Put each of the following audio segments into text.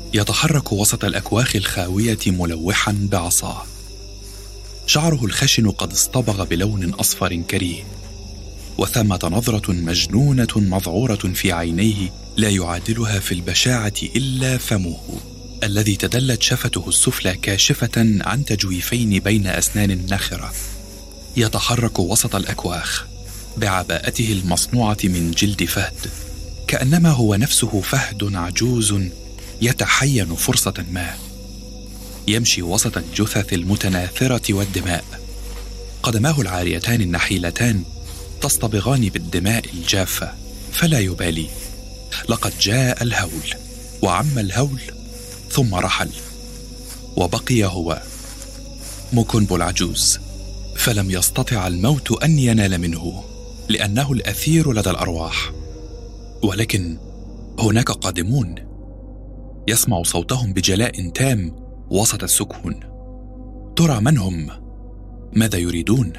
يتحرك وسط الأكواخ الخاوية ملوحاً بعصاه. شعره الخشن قد اصطبغ بلون أصفر كريه، وثمة نظرة مجنونة مذعورة في عينيه لا يعادلها في البشاعة إلا فمه الذي تدلت شفته السفلى كاشفة عن تجويفين بين أسنان ناخرة. يتحرك وسط الأكواخ بعباءته المصنوعة من جلد فهد، كأنما هو نفسه فهد عجوز يتحين فرصة ما. يمشي وسط الجثث المتناثرة والدماء، قدماه العاريتان النحيلتان تصطبغان بالدماء الجافة، فلا يبالي. لقد جاء الهول وعم الهول ثم رحل، وبقي هو موكونبو العجوز، فلم يستطع الموت أن ينال منه لأنه الأثير لدى الأرواح. ولكن هناك قادمون، يسمع صوتهم بجلاء تام وسط السكون. ترى من هم؟ ماذا يريدون؟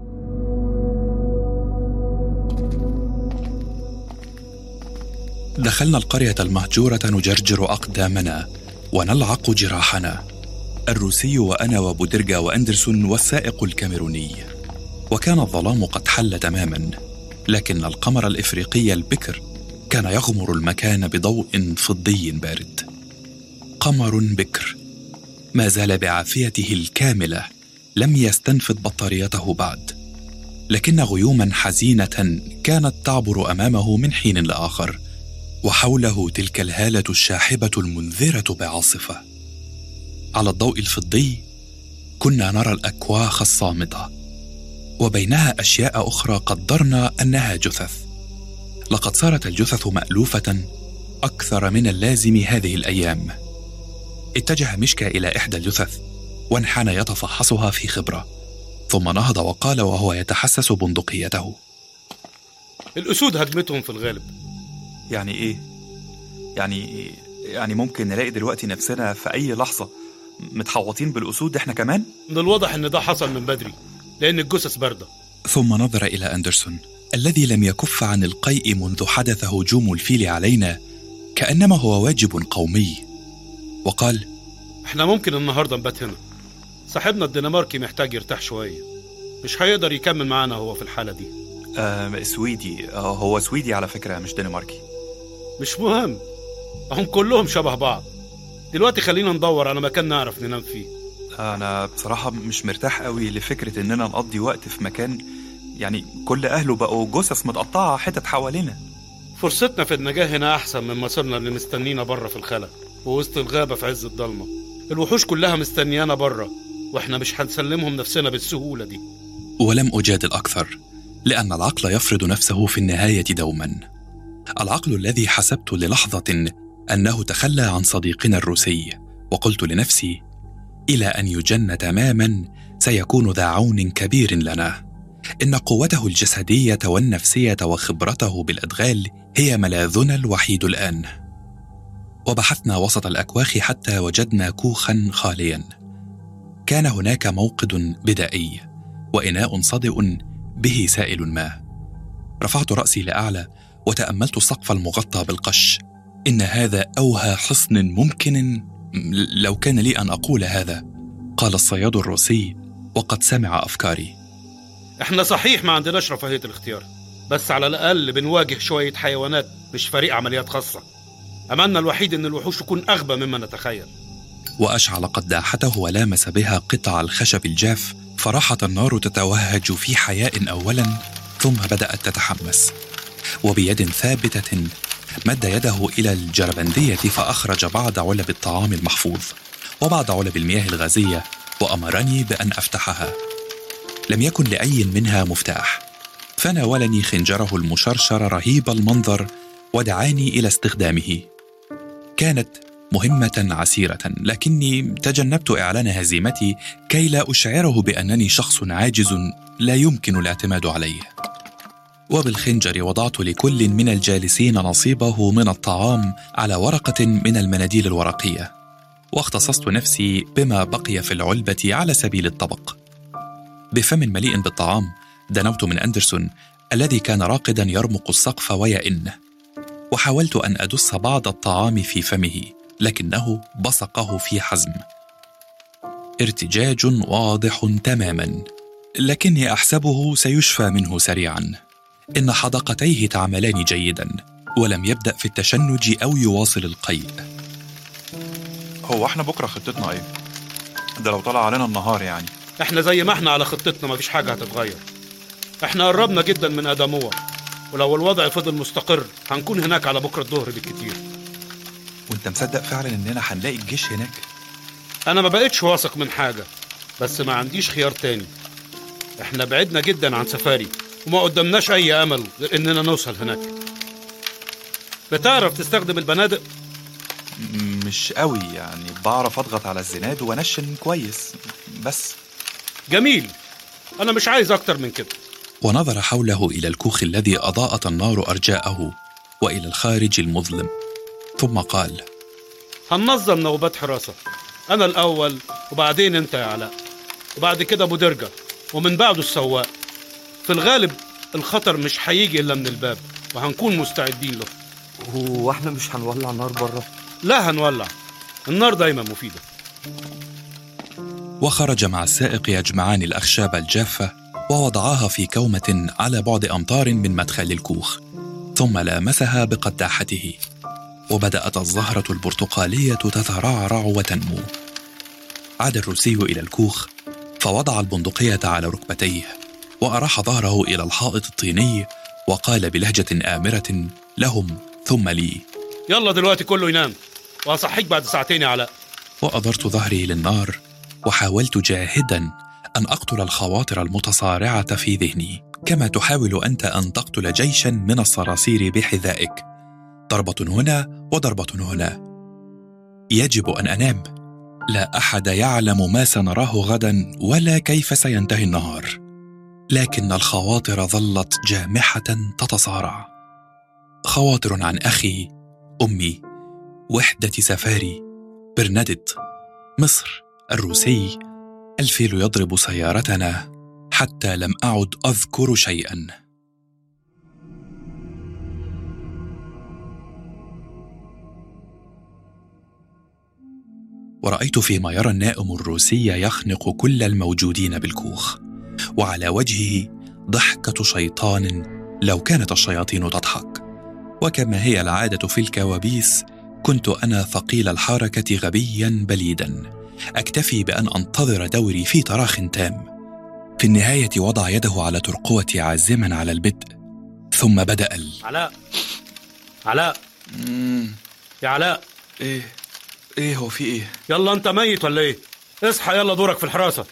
دخلنا القرية المهجورة نجرجر أقدامنا ونلعق جراحنا، الروسي وأنا وبودرجا وأندرسون والسائق الكاميروني. وكان الظلام قد حل تماما، لكن القمر الإفريقي البكر كان يغمر المكان بضوء فضي بارد. قمر بكر ما زال بعافيته الكاملة، لم يستنفذ بطاريته بعد، لكن غيوما حزينة كانت تعبر أمامه من حين لآخر، وحوله تلك الهالة الشاحبة المنذرة بعاصفة. على الضوء الفضي كنا نرى الأكواخ الصامتة، وبينها أشياء أخرى قدرنا أنها جثث. لقد صارت الجثث مألوفة أكثر من اللازم هذه الأيام. اتجه ميشكا إلى إحدى الجثث وانحنى يتفحصها في خبرة، ثم نهض وقال وهو يتحسس بندقيته: الأسود هجمتهم في الغالب. يعني إيه؟ يعني ممكن نلاقي دلوقتي نفسنا في أي لحظة متحوطين بالأسود إحنا كمان؟ من الواضح إن ده حصل من بدري، لأن الجثث باردة. ثم نظر إلى أندرسون الذي لم يكف عن القيء منذ حدث هجوم الفيل علينا، كأنما هو واجب قومي، وقال: إحنا ممكن النهاردة نبات هنا. صاحبنا الدنماركي محتاج يرتاح شوية، مش هيقدر يكمل معانا هو في الحالة دي. سويدي. هو سويدي على فكرة، مش دنماركي. مش مهم، هم كلهم شبه بعض. دلوقتي خلينا ندور على مكان نعرف ننام فيه. أنا بصراحة مش مرتاح قوي لفكرة إننا نقضي وقت في مكان يعني كل أهله بقوا جثث متقطعة حتت حوالينا. فرصتنا في النجاة هنا أحسن من مصيرنا اللي مستنينا بره في الخلا ووسط الغابة في عز الضلمة. الوحوش كلها مستنيانا بره، وإحنا مش هنسلمهم نفسنا بالسهولة دي. ولم أجادل أكثر، لأن العقل يفرض نفسه في النهاية دوما. العقل الذي حسبت للحظة أنه تخلى عن صديقنا الروسي، وقلت لنفسي: إلى أن يجن تماما سيكون ذا عون كبير لنا. إن قوته الجسدية والنفسية وخبرته بالأدغال هي ملاذنا الوحيد الآن. وبحثنا وسط الأكواخ حتى وجدنا كوخا خاليا. كان هناك موقد بدائي وإناء صدئ به سائل ماء. رفعت رأسي لأعلى وتأملت السقف المغطى بالقش. إن هذا أوهى حصن ممكن، لو كان لي أن أقول هذا، قال الصياد الروسي وقد سمع أفكاري. احنا صحيح ما عندناش رفاهية الاختيار، بس على الأقل بنواجه شوية حيوانات، مش فريق عمليات خاصة. أملنا الوحيد إن الوحوش تكون أغبى مما نتخيل. وأشعل قداحته ولامس بها قطع الخشب الجاف، فراحت النار تتوهج في حياء أولا، ثم بدأت تتحمس. وبيد ثابتة مد يده إلى الجربندية فأخرج بعض علب الطعام المحفوظ وبعض علب المياه الغازية، وأمرني بأن أفتحها. لم يكن لأي منها مفتاح، فناولني خنجره المشرشر رهيب المنظر ودعاني إلى استخدامه. كانت مهمة عسيرة، لكني تجنبت إعلان هزيمتي كي لا أشعره بأنني شخص عاجز لا يمكن الاعتماد عليه. وبالخنجر وضعت لكل من الجالسين نصيبه من الطعام على ورقة من المناديل الورقية، واختصصت نفسي بما بقي في العلبة على سبيل الطبق. بفم مليء بالطعام دنوت من أندرسون الذي كان راقدا يرمق السقف ويئن، وحاولت أن أدس بعض الطعام في فمه، لكنه بصقه في حزم. ارتجاج واضح تماما، لكني أحسبه سيشفى منه سريعا. إن حدقتيه تعملان جيدا، ولم يبدأ في التشنج أو يواصل القيء. هو احنا بكرة خطتنا ايه؟ ده لو طلع علينا النهار يعني. احنا زي ما احنا على خطتنا، مفيش حاجة هتتغير. احنا قربنا جدا من آدموة، ولو الوضع فضل مستقر هنكون هناك على بكرة الظهر بالكتير. وانت مصدق فعلا اننا هنلاقي الجيش هناك؟ انا ما بقتش واثق من حاجة، بس ما عنديش خيار تاني. احنا بعدنا جدا عن سفاري، وما قدامناش اي امل غير اننا نوصل هناك. بتعرف تستخدم البنادق؟ مش قوي يعني، بعرف اضغط على الزناد وانشن كويس بس. جميل، انا مش عايز اكتر من كده. ونظر حوله إلى الكوخ الذي أضاءت النار أرجاءه وإلى الخارج المظلم، ثم قال: هننظم نوبات حراسة، أنا الأول وبعدين أنت يا علاء، وبعد كده أبو درجة، ومن بعده السواق. في الغالب الخطر مش هيجي إلا من الباب، وهنكون مستعدين له. هو احنا مش هنولع نار بره؟ لا هنولع، النار دايما مفيدة. وخرج مع السائق يجمعان الأخشاب الجافة ووضعاها في كومة على بعد أمتار من مدخل الكوخ، ثم لامسها بقداحته، وبدأت الزهرة البرتقالية تترعرع وتنمو. عاد الروسي إلى الكوخ فوضع البندقية على ركبتيه، وأراح ظهره إلى الحائط الطيني، وقال بلهجة آمرة لهم ثم لي: يلا دلوقتي كله ينام، وأصحيك بعد ساعتين يا علاء. وأضرت ظهري للنار، وحاولت جاهدا أن أقتل الخواطر المتصارعة في ذهني، كما تحاول أنت أن تقتل جيشا من الصراصير بحذائك، ضربة هنا وضربة هنا. يجب أن أنام، لا أحد يعلم ما سنراه غدا ولا كيف سينتهي النهار. لكن الخواطر ظلت جامحة تتصارع، خواطر عن أخي، أمي، وحدة سفاري، برنادت، مصر، الروسي، الفيل يضرب سيارتنا، حتى لم أعد أذكر شيئا. ورأيت فيما يرى النائم الروسي يخنق كل الموجودين بالكوخ، وعلى وجهه ضحكة شيطان لو كانت الشياطين تضحك. وكما هي العادة في الكوابيس، كنت أنا ثقيل الحركة غبيا بليدا، أكتفي بأن أنتظر دوري في تراخ تام. في النهاية وضع يده على ترقوتي عازما على البدء، ثم بدأ علاء يا علاء. ايه هو في ايه؟ يلا انت ميت ولا ايه؟ اصحى يلا، دورك في الحراسة.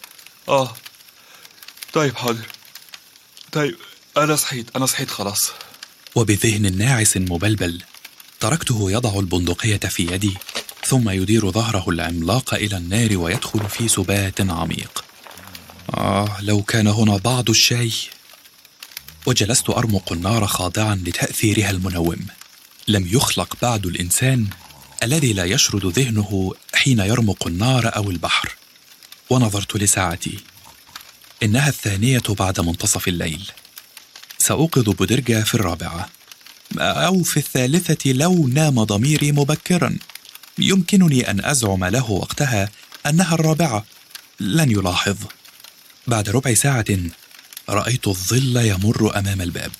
طيب حاضر. طيب انا صحيت خلاص. وبذهن ناعس مبلبل تركته يضع البندقية في يدي، ثم يدير ظهره العملاق إلى النار ويدخل في سبات عميق. لو كان هنا بعض الشاي. وجلست أرمق النار خاضعا لتأثيرها المنوم. لم يخلق بعد الإنسان الذي لا يشرد ذهنه حين يرمق النار أو البحر. ونظرت لساعتي، إنها 2 بعد منتصف الليل. سأوقظ بودرجة في 4 أو في 3 لو نام ضميري مبكرا. يمكنني أن أزعم له وقتها أنها 4، لن يلاحظ. بعد ربع ساعة رأيت الظل يمر أمام الباب.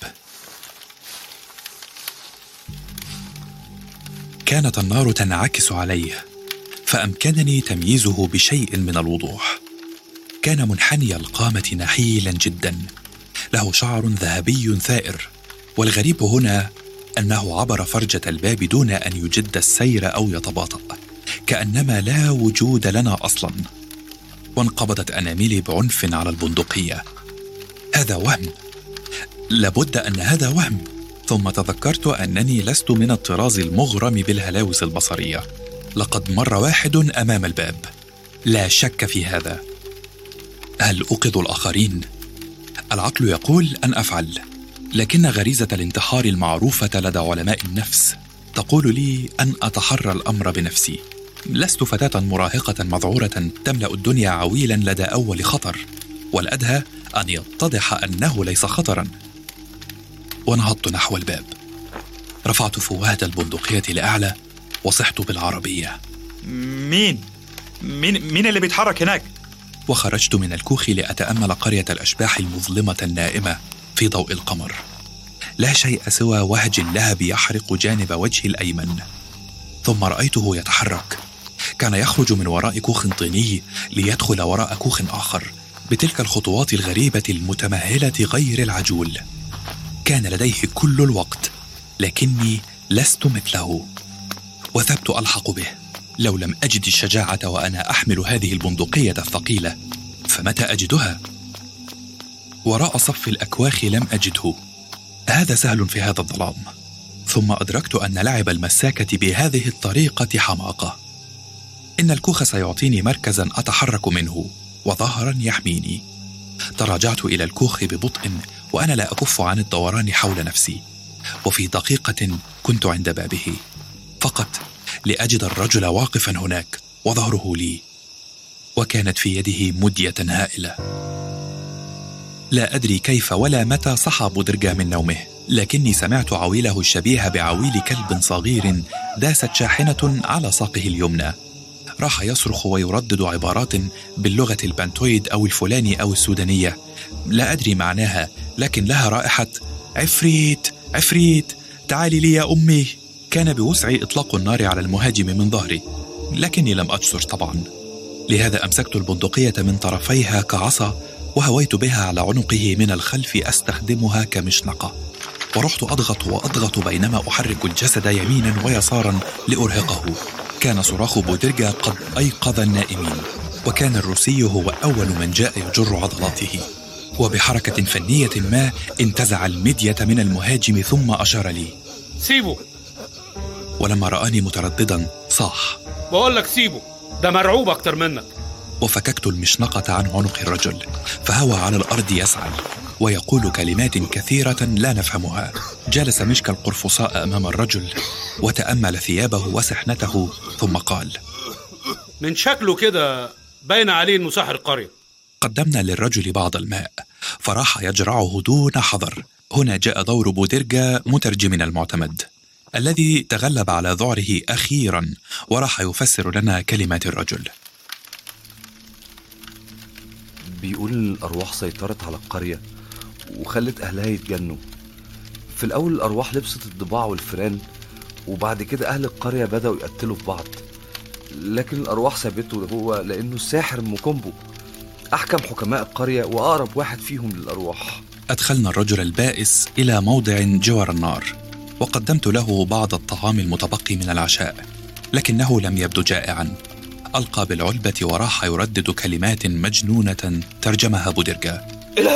كانت النار تنعكس عليه، فأمكنني تمييزه بشيء من الوضوح. كان منحني القامة نحيلا جدا، له شعر ذهبي ثائر، والغريب هنا أنه عبر فرجة الباب دون أن يجد السير أو يتباطأ، كأنما لا وجود لنا أصلا. وانقبضت أناملي بعنف على البندقية. هذا وهم، لابد أن هذا وهم. ثم تذكرت أنني لست من الطراز المغرم بالهلاوس البصرية. لقد مر واحد أمام الباب، لا شك في هذا. هل أوقظ الآخرين؟ العقل يقول أن أفعل، لكن غريزة الانتحار المعروفة لدى علماء النفس تقول لي أن أتحرى الأمر بنفسي. لست فتاة مراهقة مذعورة تملأ الدنيا عويلا لدى أول خطر، والأدهى أن يتضح أنه ليس خطرا. ونهضت نحو الباب، رفعت فوهة البندقية لأعلى، وصحت بالعربية: مين اللي بيتحرك هناك؟ وخرجت من الكوخ لأتأمل قرية الأشباح المظلمة النائمة في ضوء القمر. لا شيء سوى وهج اللهب يحرق جانب وجهي الأيمن. ثم رأيته يتحرك. كان يخرج من وراء كوخ طيني ليدخل وراء كوخ آخر بتلك الخطوات الغريبة المتمهلة غير العجول. كان لديه كل الوقت، لكني لست مثله. وثبت ألحق به. لو لم أجد الشجاعة وأنا أحمل هذه البندقية الثقيلة، فمتى أجدها؟ وراء صف الأكواخ لم أجده. هذا سهل في هذا الظلام. ثم أدركت أن لعب المساكة بهذه الطريقة حماقة. إن الكوخ سيعطيني مركزا أتحرك منه وظهرا يحميني. تراجعت إلى الكوخ ببطء وأنا لا أكف عن الدوران حول نفسي. وفي دقيقة كنت عند بابه، فقط لأجد الرجل واقفا هناك وظهره لي، وكانت في يده مدية هائلة. لا أدري كيف ولا متى صحى بودرجا من نومه، لكني سمعت عويله الشبيه بعويل كلب صغير داست شاحنة على ساقه اليمنى. راح يصرخ ويردد عبارات باللغة البنتويد أو الفلاني أو السودانية، لا أدري معناها، لكن لها رائحة عفريت عفريت تعالي لي يا أمي. كان بوسعي إطلاق النار على المهاجم من ظهري، لكني لم أجسر طبعا. لهذا أمسكت البندقية من طرفيها كعصا وهويت بها على عنقه من الخلف أستخدمها كمشنقة، ورحت أضغط وأضغط بينما أحرك الجسد يمينا ويسارا لأرهقه. كان صراخ بودرجا قد أيقظ النائمين، وكان الروسي هو أول من جاء يجر عضلاته، وبحركة فنية ما انتزع المدية من المهاجم ثم أشار لي: سيبه. ولما رآني مترددا صاح: بقول لك سيبه، ده مرعوب أكتر منك. وفككت المشنقة عن عنق الرجل، فهوى على الأرض يسعل ويقول كلمات كثيرة لا نفهمها. جلس مشك القرفصاء أمام الرجل وتأمل ثيابه وسحنته، ثم قال: من شكله كده باين عليه إنه ساحر قرية. قدمنا للرجل بعض الماء فراح يجرعه دون حذر. هنا جاء دور بودرجا مترجم المعتمد الذي تغلب على ذعره أخيرا وراح يفسر لنا كلمات الرجل. بيقول الأرواح سيطرت على القرية وخلت أهلها يتجنوا. في الأول الأرواح لبست الضباع والفئران، وبعد كده أهل القرية بدأوا يقتلوا في بعض، لكن الأرواح سابته هو لأنه الساحر موكومبو، أحكم حكماء القرية وأقرب واحد فيهم للأرواح. أدخلنا الرجل البائس إلى موضع جوار النار، وقدمت له بعض الطعام المتبقي من العشاء، لكنه لم يبدو جائعا. ألقى بالعلبة وراح يردد كلمات مجنونة ترجمها بودرجا: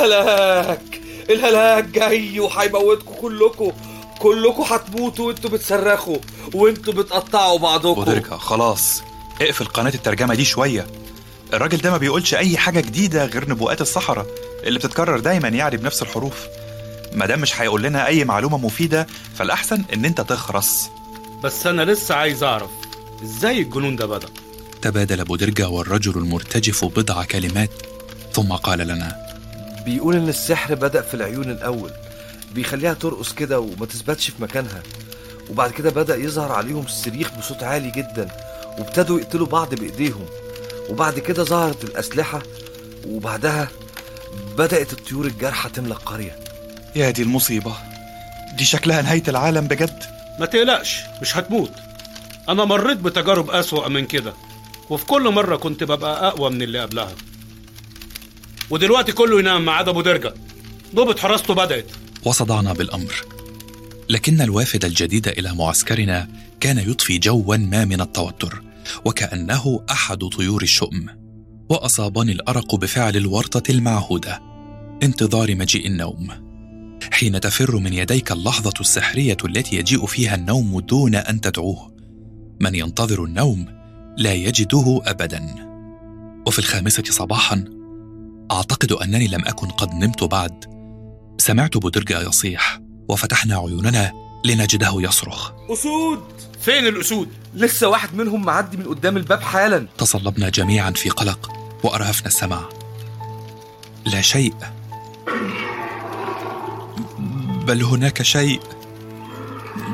الهلاك جاي وهيموتكم كلكم هتموتوا وانتوا بتصرخوا وانتوا بتقطعوا بعضكم. بودرجا خلاص اقفل قناة الترجمة دي شوية. الراجل ده ما بيقولش أي حاجة جديدة غير نبوءات الصحراء اللي بتتكرر دايما يعني بنفس الحروف. مادام مش هيقول لنا أي معلومة مفيدة فالأحسن إن أنت تخرس. بس أنا لسه عايز أعرف إزاي الجنون ده بدأ. تبادل بودرجا والرجل المرتجف بضع كلمات ثم قال لنا: بيقول إن السحر بدأ في العيون الأول، بيخليها ترقص كده وما تثبتش في مكانها، وبعد كده بدأ يظهر عليهم الصريخ بصوت عالي جدا وابتدوا يقتلوا بعض بإيديهم، وبعد كده ظهرت الأسلحة، وبعدها بدأت الطيور الجارحة تملى القرية. يا دي المصيبة، دي شكلها نهاية العالم بجد. ما تقلقش، مش هتموت. أنا مريت بتجارب أسوأ من كده، وفي كل مرة كنت ببقى أقوى من اللي قبلها. ودلوقتي كله ينام ما عدا بودرجا، ضبط حراسته بدأت. وصدعنا بالأمر، لكن الوافد الجديد إلى معسكرنا كان يضفي جوا ما من التوتر، وكأنه أحد طيور الشؤم. وأصابني الأرق بفعل الورطة المعهودة، انتظار مجيء النوم. حين تفر من يديك اللحظة السحرية التي يجيء فيها النوم دون أن تدعوه. من ينتظر النوم لا يجده أبدا. وفي 5 صباحا، أعتقد أنني لم أكن قد نمت بعد، سمعت بودرجا يصيح، وفتحنا عيوننا لنجده يصرخ: أسود! فين الأسود؟ لسه واحد منهم معدي من قدام الباب حالا. تصلبنا جميعا في قلق وأرهفنا السمع. لا شيء، بل هناك شيء.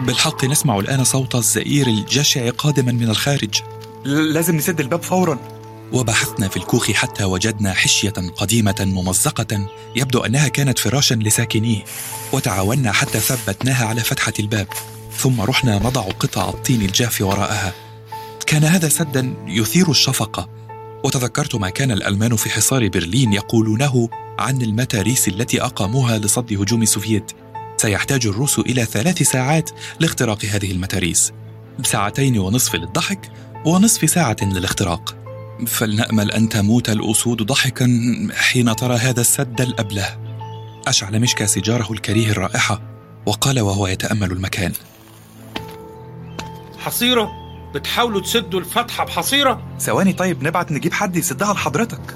بالحق نسمع الآن صوت الزئير الجشع قادما من الخارج. لازم نسد الباب فورا. وبحثنا في الكوخ حتى وجدنا حشية قديمة ممزقة يبدو أنها كانت فراشا لساكنيه، وتعاوننا حتى ثبتناها على فتحة الباب، ثم رحنا نضع قطع الطين الجاف وراءها. كان هذا سدا يثير الشفقة، وتذكرت ما كان الألمان في حصار برلين يقولونه عن المتاريس التي أقاموها لصد هجوم السوفييت. سيحتاج الروس إلى 3 ساعات لاختراق هذه المتاريس، 2.5 ساعة للضحك و0.5 ساعة للاختراق. فلنأمل أن تموت الأسود ضحكا حين ترى هذا السد الأبله. أشعل مشكا سيجاره الكريه الرائحة وقال وهو يتأمل المكان: حصيرة؟ بتحاولوا تسدوا الفتحة بحصيرة؟ ثواني طيب، نبعت نجيب حد يسدها لحضرتك.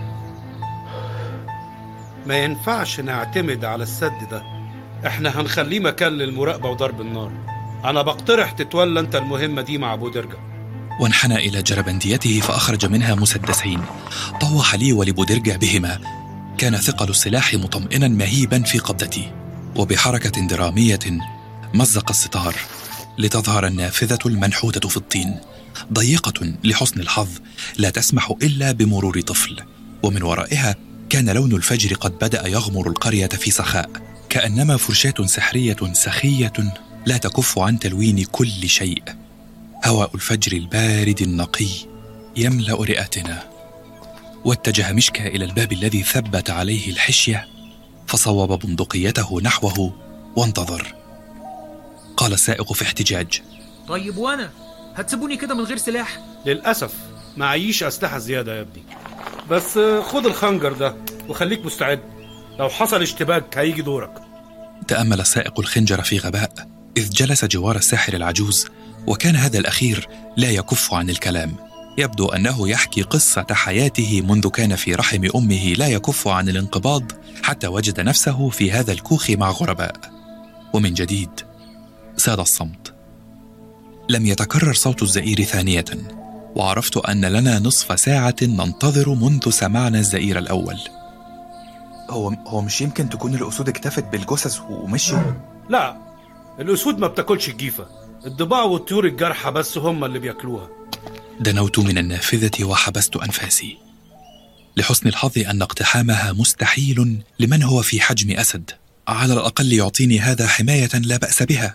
ما ينفعش نعتمد على السد ده، احنا هنخليه مكان للمراقبة وضرب النار. أنا بقترح تتولى أنت المهمة دي مع بودرجة. وانحنى إلى جربنديته فأخرج منها مسدسين، طوح لي ولبودرجة بهما. كان ثقل السلاح مطمئنا مهيبا في قبضتي، وبحركة درامية مزق الستار لتظهر النافذة المنحوتة في الطين، ضيقة لحسن الحظ لا تسمح إلا بمرور طفل، ومن ورائها كان لون الفجر قد بدأ يغمر القرية في سخاء، كأنما فرشاة سحرية سخية لا تكف عن تلوين كل شيء. هواء الفجر البارد النقي يملأ رئتنا. واتجه مشكا إلى الباب الذي ثبت عليه الحشية، فصوب بندقيته نحوه وانتظر. قال السائق في احتجاج: طيب وأنا؟ هتسيبوني كده من غير سلاح؟ للأسف معيش أسلحة زيادة يا ابني، بس خد الخنجر ده وخليك مستعد، لو حصل اشتباك هيجي دورك. تأمل السائق الخنجر في غباء إذ جلس جوار الساحر العجوز، وكان هذا الأخير لا يكف عن الكلام. يبدو أنه يحكي قصة حياته منذ كان في رحم أمه، لا يكف عن الانقباض حتى وجد نفسه في هذا الكوخ مع غرباء. ومن جديد ساد الصمت. لم يتكرر صوت الزئير ثانية، وعرفت أن لنا 1/2 ساعة ننتظر منذ سمعنا الزئير الأول. هو مش يمكن تكون الأسود اكتفت بالجثث ومشوا؟ لا، الأسود ما بتاكلش الجيفة، الضباع والطيور الجارحة بس هم اللي بياكلوها. دنوت من النافذة وحبست أنفاسي. لحسن الحظ أن اقتحامها مستحيل لمن هو في حجم أسد، على الأقل يعطيني هذا حماية لا بأس بها.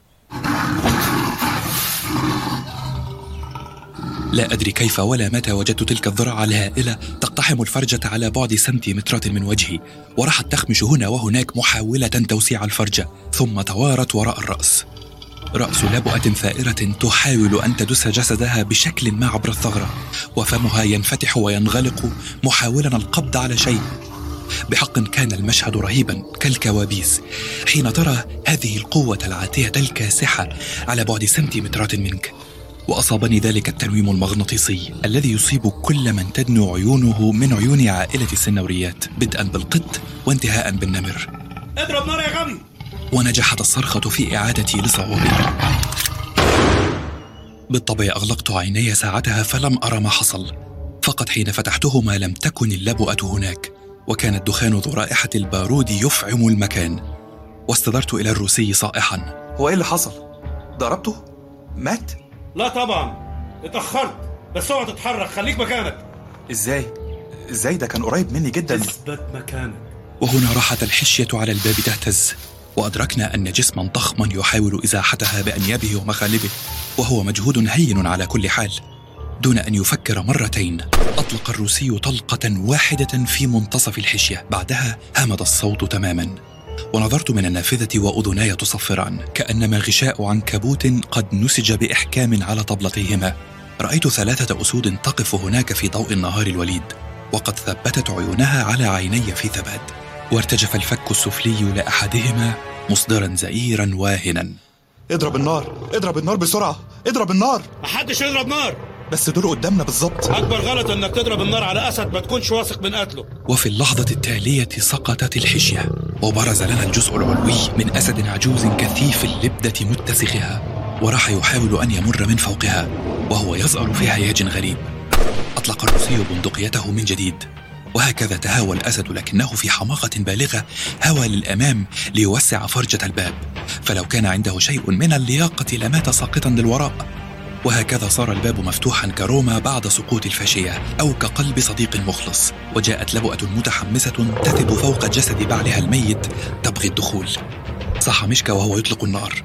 لا أدري كيف ولا متى وجدت تلك الذراع الهائلة تقتحم الفرجة على بعد سنتيمترات من وجهي، وراحت تخمش هنا وهناك محاولة توسيع الفرجة، ثم توارت وراء الرأس. رأس لبؤة ثائرة تحاول أن تدس جسدها بشكل ما عبر الثغرة، وفمها ينفتح وينغلق محاولا القبض على شيء. بحق كان المشهد رهيبا كالكوابيس حين ترى هذه القوة العاتية الكاسحة على بعد سنتيمترات منك. وأصابني ذلك التنويم المغناطيسي الذي يصيب كل من تدنو عيونه من عيون عائلة السنوريات، بدءا بالقط وانتهاء بالنمر. اضرب نار يا غبي! ونجحت الصرخة في إعادتي لصعودي. بالطبع أغلقت عيني ساعتها فلم أرى ما حصل، فقط حين فتحتهما لم تكن اللبؤة هناك، وكان الدخان ذو رائحة البارود يفعم المكان. واستدرت إلى الروسي صائحا: هو إيه اللي حصل؟ ضربته؟ مات؟ لا طبعا، اتأخرت، بس اوعى تتحرك، خليك مكانك. إزاي ده كان قريب مني جدا. اثبت مكانك. وهنا راحت الحشية على الباب تهتز، وأدركنا أن جسما ضخما يحاول إزاحتها بأنيابه ومخالبه، وهو مجهود هين على كل حال. دون أن يفكر مرتين أطلق الروسي طلقة واحدة في منتصف الحشية، بعدها همد الصوت تماما، ونظرت من النافذة وأذناي تصفران كأنما غشاء عنكبوت قد نسج بإحكام على طبلتيهما. رأيت 3 أسود تقف هناك في ضوء النهار الوليد، وقد ثبتت عيونها على عيني في ثبات، وارتجف الفك السفلي لأحدهما مصدرا زئيرا واهنا: اضرب النار بسرعة، اضرب النار! محدش يضرب نار، بس دول قدامنا بالظبط. أكبر غلط أنك تضرب النار على أسد ما تكونش واثق من قتله. وفي اللحظة التالية سقطت الحشية، وبرز لنا الجزء العلوي من أسد عجوز كثيف اللبدة متسخها، وراح يحاول أن يمر من فوقها وهو يزأر في هياج غريب. أطلق الروسي بندقيته من جديد، وهكذا تهاوى الأسد، لكنه في حماقة بالغة هوى للأمام ليوسع فرجة الباب، فلو كان عنده شيء من اللياقة لمات ساقطا للوراء. وهكذا صار الباب مفتوحا كروما بعد سقوط الفاشية، أو كقلب صديق مخلص. وجاءت لبؤة متحمسة تثب فوق جسد بعلها الميت تبغي الدخول. صح مشكا وهو يطلق النار.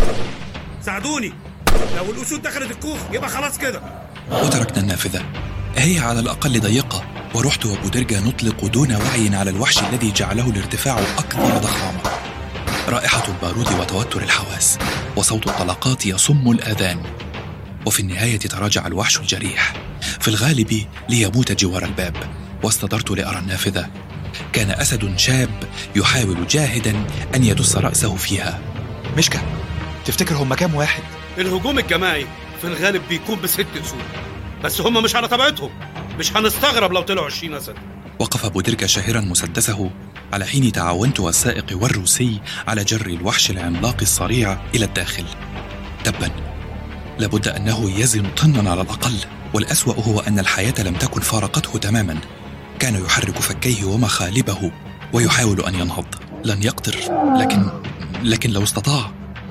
ساعدوني، لو الأسود دخلت الكوخ يبقى خلاص كده. وتركنا النافذة، هي على الأقل ضيقة، ورحت وبودرجا نطلق دون وعي على الوحش الذي جعله الارتفاع أكثر ضخامة. رائحة البارود وتوتر الحواس، وصوت الطلقات يصم الآذان. وفي النهاية تراجع الوحش الجريح، في الغالب ليموت جوار الباب، واستدرت لأرى النافذة. كان أسد شاب يحاول جاهدا أن يدس رأسه فيها. مشكا، تفتكر هم كام واحد؟ الهجوم الجماعي في الغالب بيكون ب6 أسود، بس هم مش على طبيعتهم، مش هنستغرب لو طلعوا 20 أسد. وقف بودرجا شاهرا مسدسه، على حين تعاونت والسائق والروسي على جر الوحش العملاق الصريع إلى الداخل. تبا، لابد أنه يزن طنا على الأقل، والأسوأ هو أن الحياة لم تكن فارقته تماما. كان يحرك فكيه ومخالبه ويحاول أن ينهض. لن يقدر، لكن لو استطاع.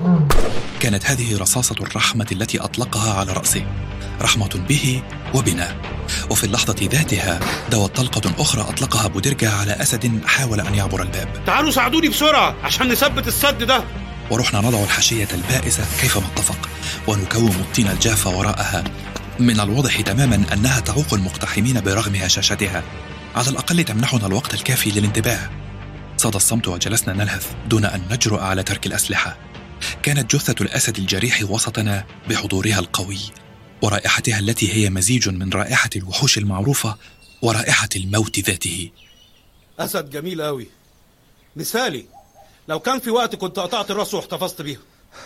كانت هذه رصاصة الرحمة التي أطلقها على رأسه، رحمة به وبنا. وفي اللحظة ذاتها دوت طلقة أخرى أطلقها بودرجا على أسد حاول أن يعبر الباب. تعالوا ساعدوني بسرعة عشان نثبت السد ده. ورحنا نضع الحاشية البائسة كيفما اتفق، ونكوم الطين الجاف وراءها. من الواضح تماما أنها تعوق المقتحمين برغم هشاشتها، على الأقل تمنحنا الوقت الكافي للانتباه. صاد الصمت وجلسنا نلهث دون أن نجرؤ على ترك الأسلحة. كانت جثة الأسد الجريح وسطنا بحضورها القوي، ورائحتها التي هي مزيج من رائحة الوحوش المعروفة ورائحة الموت ذاته. أسد جميل أوي، مثالي. لو كان في وقت كنت قطعت راسه واحتفظت بيها.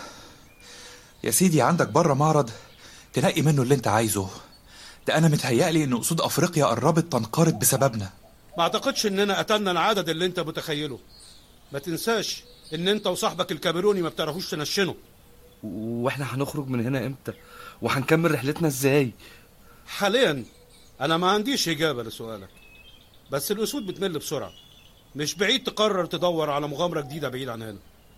يا سيدي، عندك بره معرض تنقي منه اللي انت عايزه. ده أنا متهيألي إن أسود أفريقيا قربت تنقرض بسببنا. ما أعتقدش إننا قتلنا العدد اللي انت متخيله. ما تنساش إن انت وصاحبك الكاميروني ما بتعرفوش تنشنوا. واحنا هنخرج من هنا امتى؟ وهنكمل رحلتنا ازاي؟ حاليا أنا ما عنديش إجابة لسؤالك، بس الأسود بتمل بسرعة. مش بعيد تقرر تدور على مغامرة جديدة بعيد عن هنا.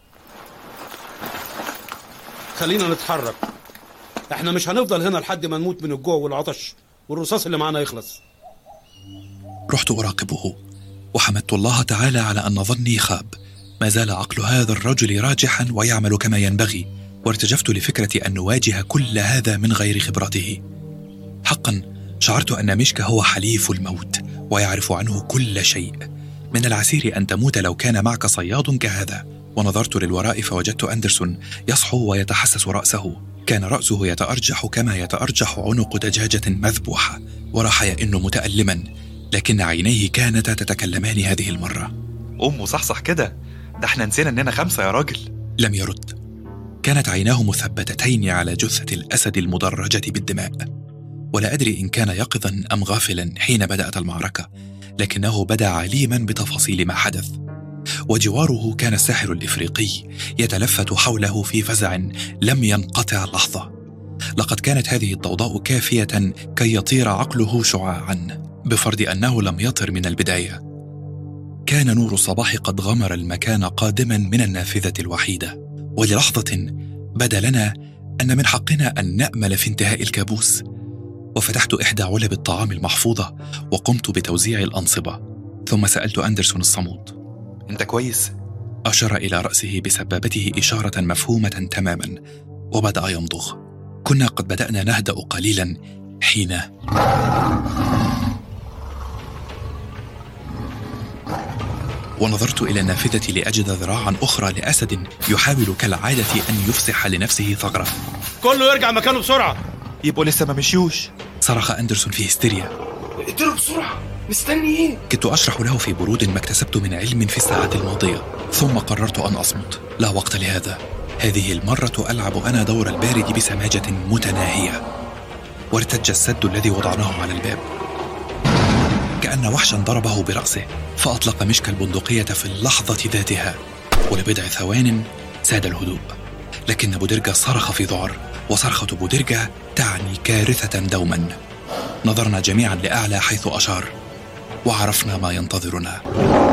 خلينا نتحرك، احنا مش هنفضل هنا لحد ما نموت من الجوع والعطش والرصاص اللي معانا يخلص. رحت أراقبه، وحمدت الله تعالى على أن ظني خاب. ما زال عقل هذا الرجل راجحا ويعمل كما ينبغي، وارتجفت لفكرة أن نواجه كل هذا من غير خبرته. حقا شعرت أن مشكا هو حليف الموت ويعرف عنه كل شيء. من العسير أن تموت لو كان معك صياد كهذا. ونظرت للوراء فوجدت أندرسون يصحو ويتحسس رأسه. كان رأسه يتأرجح كما يتأرجح عنق دجاجة مذبوحة، وراح يئن متألما، لكن عينيه كانتا تتكلمان هذه المرة. أمه صحصح كده، ده احنا نسينا إننا 5 يا راجل. لم يرد. كانت عيناه مثبتتين على جثة الأسد المدرجة بالدماء، ولا أدري إن كان يقظا أم غافلا حين بدأت المعركة، لكنه بدا عليما بتفاصيل ما حدث. وجواره كان الساحر الإفريقي يتلفت حوله في فزع لم ينقطع لحظة. لقد كانت هذه الضوضاء كافية كي يطير عقله شعاعا، بفرض أنه لم يطر من البداية. كان نور الصباح قد غمر المكان قادما من النافذة الوحيدة، وللحظة بدا لنا أن من حقنا أن نأمل في انتهاء الكابوس. وفتحت إحدى علب الطعام المحفوظة وقمت بتوزيع الأنصبة، ثم سألت أندرسون الصمود: أنت كويس؟ أشار إلى رأسه بسبابته إشارة مفهومة تماما، وبدأ يمضغ. كنا قد بدأنا نهدأ قليلا حين ونظرت إلى النافذة لأجد ذراعا أخرى لأسد يحاول كالعادة أن يفسح لنفسه ثغرة. كله يرجع مكانه بسرعة. يبقوا لسه ما مشيوش، صرخ أندرسون في هستيريا. اقتلوا بسرعة، مستني ايه؟ كنت أشرح له في برود ما اكتسبت من علم في الساعات الماضية، ثم قررت أن أصمت. لا وقت لهذا. هذه المرة ألعب أنا دور البارد بسماجة متناهية. وارتج السد الذي وضعناه على الباب كأن وحشا ضربه برأسه، فأطلق مشكا البندقية في اللحظة ذاتها، ولبضع ثوان ساد الهدوء. لكن بودرجا صرخ في ذعر، وصرخة بودرجا تعني كارثة دوما. نظرنا جميعا لأعلى حيث أشار. وعرفنا ما ينتظرنا.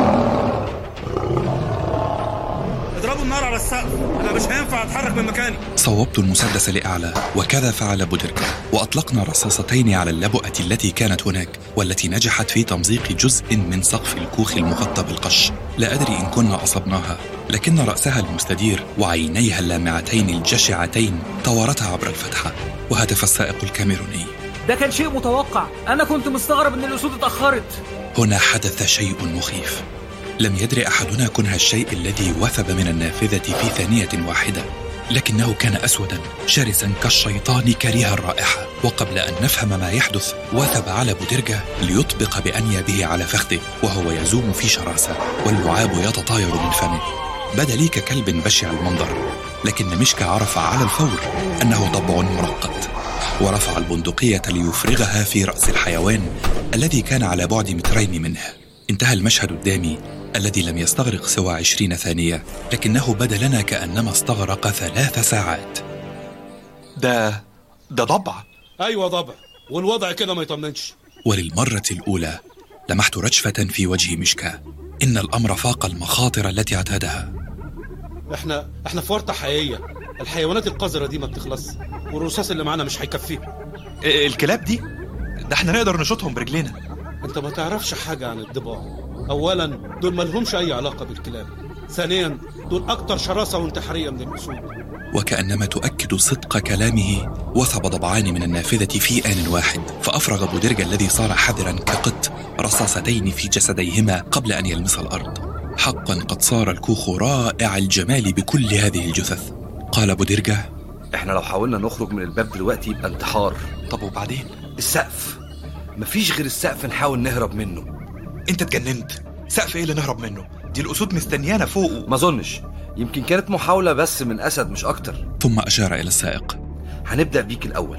اضربوا النار على السقف، أنا مش هينفع أتحرك من مكاني. صوبت المسدس لأعلى، وكذا فعل بودرجا، وأطلقنا رصاصتين على اللبؤة التي كانت هناك، والتي نجحت في تمزيق جزء من سقف الكوخ المغطى بالقش. لا أدري إن كنا أصبناها، لكن رأسها المستدير وعينيها اللامعتين الجشعتين طورتا عبر الفتحة. وهتف السائق الكاميروني: ده كان شيء متوقع، أنا كنت مستغرب إن الأسود اتأخرت. هنا حدث شيء مخيف. لم يدري أحدنا كنه الشيء الذي وثب من النافذة في ثانية واحدة، لكنه كان أسوداً شرساً كالشيطان كريه الرائحة. وقبل أن نفهم ما يحدث وثب على بودرجا ليطبق بأنيابه على فخذه وهو يزوم في شراسة، واللعاب يتطاير من فمه. بدا لي ككلب بشع المنظر، لكن مشكا عرف على الفور أنه طبع مرقد، ورفع البندقية ليفرغها في رأس الحيوان الذي كان على بعد 2 متر منه. انتهى المشهد الدامي الذي لم يستغرق سوى 20 ثانية، لكنه بدا لنا كأنما استغرق 3 ساعات. ده ضبع. أيوة ضبع، والوضع كده ما يطمنش. وللمرة الأولى لمحت رجفة في وجه مشكا. إن الأمر فاق المخاطر التي اعتادها. احنا في ورطة حقيقية. الحيوانات القذرة دي ما بتخلص، والرصاص اللي معانا مش هيكفيه. الكلاب دي ده احنا نقدر نشوطهم برجلينا. انت ما تعرفش حاجة عن الضباع. اولا دول ما لهمش اي علاقة بالكلاب، ثانيا دول اكتر شراسة وانتحارية من الاسود. وكأنما تؤكد صدق كلامه وثب ضبعان من النافذة في آن واحد، فأفرغ بودرجا الذي صار حذرا كقط رصاصتين في جسديهما قبل أن يلمس الأرض. حقا قد صار الكوخ رائع الجمال بكل هذه الجثث. قال بودرجا: احنا لو حاولنا نخرج من الباب دلوقتي يبقى انتحار. طب وبعدين؟ السقف، مفيش غير السقف نحاول نهرب منه. انت اتجننت؟ سقف ايه اللي نهرب منه؟ دي الأسود مستنيانا فوق. ما ظنش، يمكن كانت محاولة بس من أسد مش أكتر. ثم أشار إلى السائق: هنبدأ بيك الأول،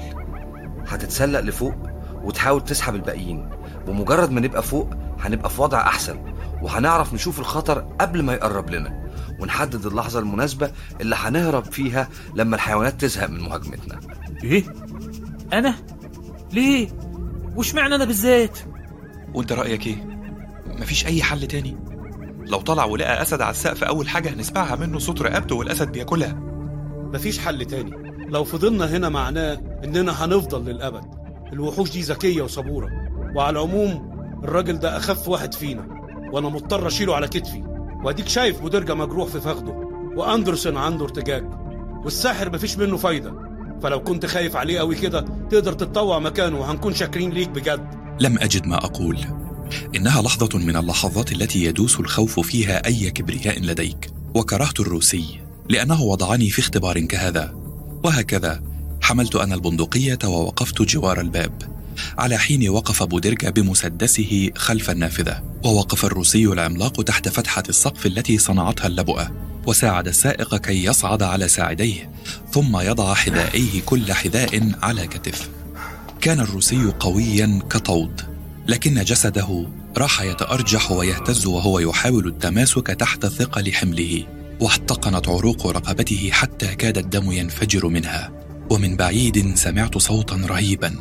هتتسلق لفوق وتحاول تسحب الباقيين. بمجرد ما نبقى فوق هنبقى في وضع أحسن، وهنعرف نشوف الخطر قبل ما يقرب لنا، ونحدد اللحظة المناسبة اللي هنهرب فيها لما الحيوانات تزهق من مهاجمتنا. إيه؟ أنا؟ ليه؟ وش معنى أنا بالذات؟ وانت رأيك ايه؟ مفيش أي حل تاني؟ لو طلع ولقى أسد على السقف أول حاجة هنسمعها منه صوت رقبته والأسد بياكلها. مفيش حل تاني. لو فضلنا هنا معناه إننا هنفضل للأبد. الوحوش دي ذكية وصبورة، وعلى العموم الراجل ده أخف واحد فينا، وأنا مضطر أشيله على كتفي. وأديك شايف بودرجا مجروح في فخده، وأندرسون عنده ارتجاج، والساحر مفيش منه فايدة. فلو كنت خايف عليه قوي كده تقدر تتطوع مكانه، وهنكون شاكرين ليك بجد. لم أجد ما أقول. إنها لحظة من اللحظات التي يدوس الخوف فيها أي كبرياء لديك، وكرهت الروسي لأنه وضعني في اختبار كهذا. وهكذا حملت أنا البندقية ووقفت جوار الباب، على حين وقف بودرجا بمسدسه خلف النافذة، ووقف الروسي العملاق تحت فتحة السقف التي صنعتها اللبؤة، وساعد السائق كي يصعد على ساعديه، ثم يضع حذائيه كل حذاء على كتف. كان الروسي قويا كطود، لكن جسده راح يتأرجح ويهتز وهو يحاول التماسك تحت ثقل حمله، واحتقنت عروق رقبته حتى كاد الدم ينفجر منها. ومن بعيد سمعت صوتا رهيبا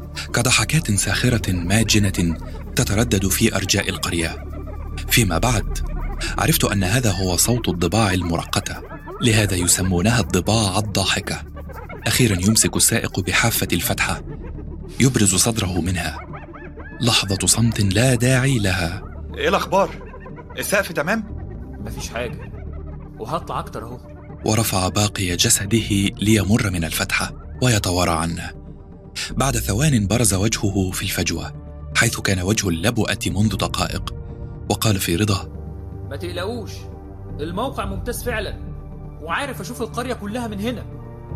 كضحكات ساخرة ماجنة تتردد في أرجاء القرية. فيما بعد عرفت أن هذا هو صوت الضباع المرقتة، لهذا يسمونها الضباع الضاحكة. أخيرا يمسك السائق بحافة الفتحة، يبرز صدره منها. لحظة صمت لا داعي لها. ايه الأخبار؟ السقف تمام؟ مفيش حاجة، وهطلع أكتر أهو. ورفع باقي جسده ليمر من الفتحة ويتوارى عنه. بعد ثوان برز وجهه في الفجوة، حيث كان وجه اللبؤة منذ دقائق، وقال في رضا: ما تقلقوش، الموقع ممتاز فعلا، وعارف أشوف القرية كلها من هنا.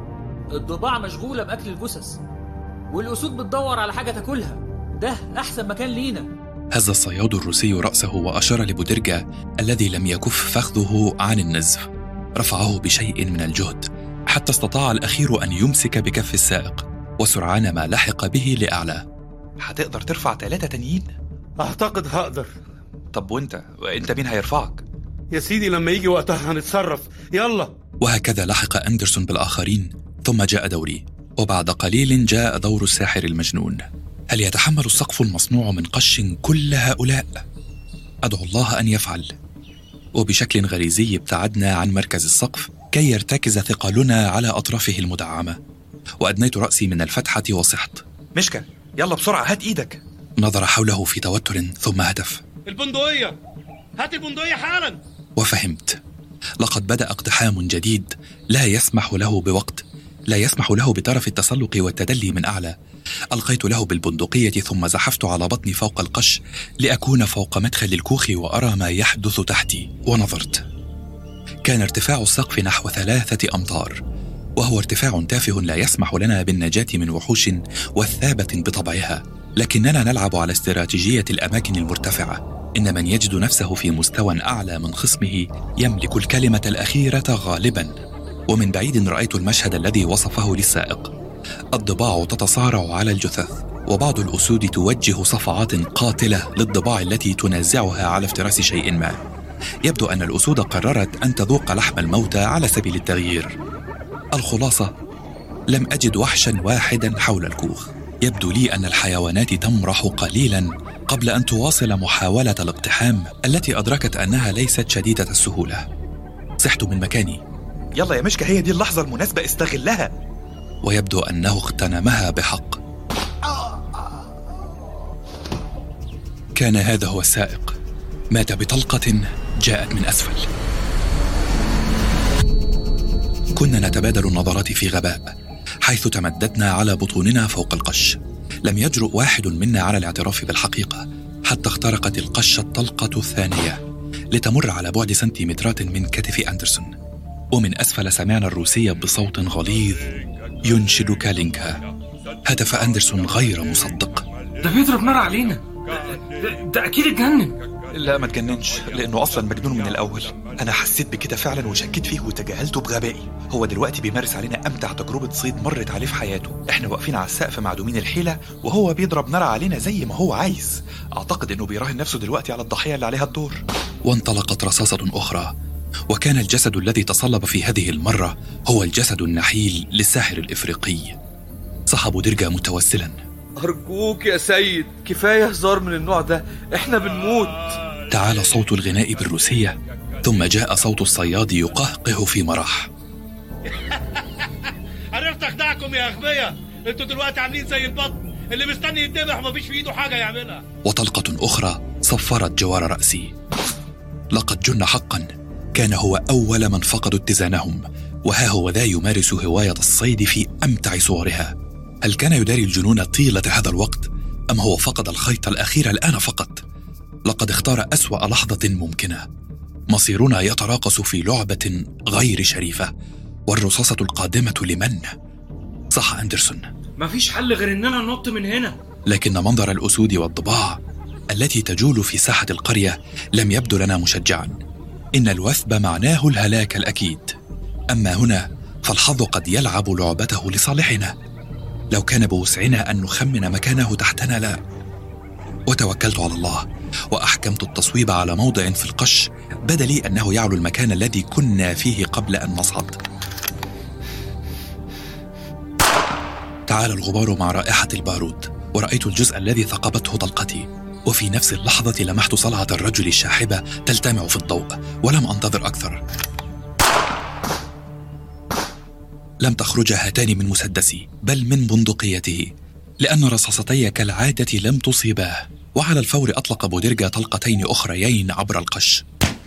الضباع مشغولة بأكل الجثث، والأسود بتدور على حاجة تاكلها. ده أحسن مكان لينا. هز الصياد الروسي رأسه وأشار لبودرجا الذي لم يكف فخذه عن النزف. رفعه بشيء من الجهد حتى استطاع الأخير أن يمسك بكف السائق، وسرعان ما لحق به لأعلى. هتقدر ترفع 3 تانيين؟ أعتقد هقدر. طب وانت مين هيرفعك؟ يا سيدي لما يجي وقتها هنتصرف، يلا. وهكذا لحق أندرسون بالآخرين، ثم جاء دوري، وبعد قليل جاء دور الساحر المجنون. هل يتحمل السقف المصنوع من قش كل هؤلاء؟ أدعو الله أن يفعل. وبشكل غريزي ابتعدنا عن مركز السقف كي يرتكز ثقلنا على أطرافه المدعمة، وأدنيت رأسي من الفتحة وصحت. مشكا، يلا بسرعة هات إيدك. نظر حوله في توتر ثم هتف: البندقية، هات البندقية حالا. وفهمت، لقد بدأ اقتحام جديد لا يسمح له بوقت، لا يسمح له بطرف التسلق والتدلي من أعلى. ألقيت له بالبندقية ثم زحفت على بطني فوق القش لأكون فوق مدخل الكوخ وأرى ما يحدث تحتي. ونظرت، كان ارتفاع السقف نحو 3 أمتار، وهو ارتفاع تافه لا يسمح لنا بالنجاة من وحوش وثابة بطبعها، لكننا نلعب على استراتيجية الأماكن المرتفعة. إن من يجد نفسه في مستوى أعلى من خصمه يملك الكلمة الأخيرة غالباً. ومن بعيد رأيت المشهد الذي وصفه للسائق: الضباع تتصارع على الجثث، وبعض الأسود توجه صفعات قاتلة للضباع التي تنازعها على افتراس شيء ما. يبدو أن الأسود قررت أن تذوق لحم الموتى على سبيل التغيير. الخلاصة، لم أجد وحشا واحدا حول الكوخ. يبدو لي أن الحيوانات تمرح قليلا قبل أن تواصل محاولة الاقتحام التي أدركت أنها ليست شديدة السهولة. صحت من مكاني: يلا يا مشكا، هي دي اللحظة المناسبة، استغلها. ويبدو أنه اغتنمها بحق. كان هذا هو السائق، مات بطلقة جاءت من أسفل. كنا نتبادل النظرات في غباء حيث تمددنا على بطوننا فوق القش. لم يجرؤ واحد منا على الاعتراف بالحقيقة حتى اخترقت القش الطلقة الثانية لتمر على بعد سنتيمترات من كتف أندرسون. ومن أسفل سمعنا الروسية بصوت غليظ ينشد كالينكا. هتف أندرسون غير مصدق: ده بيضرب نار علينا، ده أكيد اتجنن. لا ما تجننش، لأنه أصلا مجنون من الأول. أنا حسيت بكده فعلا وشكيت فيه وتجاهلته بغبائي. هو دلوقتي بيمارس علينا أمتع تجربة صيد مرت عليه في حياته. إحنا واقفين على السقف معدومين الحيلة وهو بيضرب نار علينا زي ما هو عايز. أعتقد إنه بيراهن نفسه دلوقتي على الضحية اللي عليها الدور. وانطلقت رصاصة أخرى، وكان الجسد الذي تصلب في هذه المرة هو الجسد النحيل للساحر الإفريقي. صح بودرجا متوسلا: أرجوك يا سيد، كفاية هزار من النوع ده، إحنا بنموت. تعالى صوت الغناء بالروسية، ثم جاء صوت الصياد يقهقه في مرح: عرفت أخدعكم يا أغبياء، انتوا دلوقتي عاملين زي البط اللي مستني يتذبح ومفيش في ايده حاجة يعملها. وطلقة أخرى صفرت جوار رأسي. لقد جن حقا، كان هو أول من فقدوا اتزانهم، وها هو ذا يمارس هواية الصيد في أمتع صورها. هل كان يداري الجنون طيلة هذا الوقت، أم هو فقد الخيط الأخير الآن فقط؟ لقد اختار أسوأ لحظة ممكنة. مصيرنا يتراقص في لعبة غير شريفة، والرصاصة القادمة لمن؟ صح أندرسون، مفيش حل غير إننا ننط من هنا. لكن منظر الأسود والضباع التي تجول في ساحة القرية لم يبدو لنا مشجعا. إن الوثب معناه الهلاك الأكيد. أما هنا فالحظ قد يلعب لعبته لصالحنا. لو كان بوسعنا أن نخمن مكانه تحتنا لا. وتوكلت على الله وأحكمت التصويب على موضع في القش بدا لي أنه يعلو المكان الذي كنا فيه قبل أن نصعد. تعالى الغبار مع رائحة البارود، ورأيت الجزء الذي ثقبته طلقتي، وفي نفس اللحظة لمحت صلعة الرجل الشاحبة تلتمع في الضوء، ولم أنتظر أكثر. لم تخرج هاتان من مسدسي بل من بندقيته، لأن رصاصتي كالعادة لم تصيباه. وعلى الفور أطلق بودرجا طلقتين أخريين عبر القش.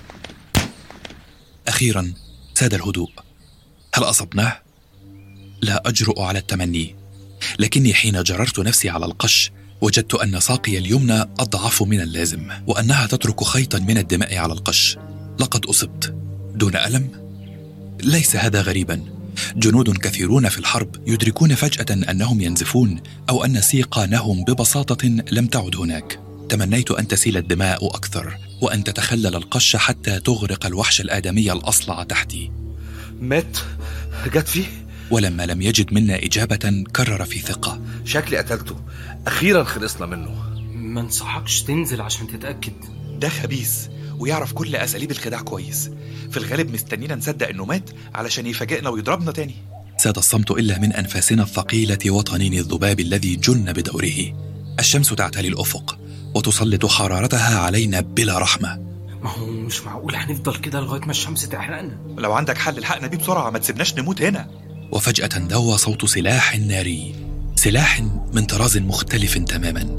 أخيرا ساد الهدوء. هل أصبناه؟ لا أجرؤ على التمني، لكني حين جررت نفسي على القش وجدت أن ساقي اليمنى أضعف من اللازم، وأنها تترك خيطا من الدماء على القش. لقد أصبت دون ألم؟ ليس هذا غريبا. جنود كثيرون في الحرب يدركون فجأة أنهم ينزفون، أو أن سيقانهم ببساطة لم تعد هناك. تمنيت أن تسيل الدماء أكثر، وأن تتخلل القش حتى تغرق الوحش الآدمي الأصلع تحتي. مات؟ جت فيه؟ ولما لم يجد منا إجابة كرر في ثقة: شكلي قتلته، أخيرا خلصنا منه. ما انصحكش تنزل عشان تتأكد. ده خبيث ويعرف كل أساليب الخداع كويس. في الغالب مستنينا نصدق إنه مات علشان يفاجئنا ويضربنا تاني. ساد الصمت إلا من أنفاسنا الثقيلة وطنين الذباب الذي جن بدوره. الشمس تعتلي الأفق وتسلط حرارتها علينا بلا رحمة. ما هو مش معقول هنفضل كده لغاية ما الشمس تحرقنا. لو عندك حل الحقنا بيه بسرعة، ما تسيبناش نموت هنا. وفجأة دوى صوت سلاح ناري، سلاح من طراز مختلف تماما.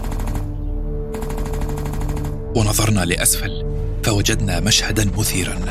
ونظرنا لأسفل فوجدنا مشهدا مثيرا.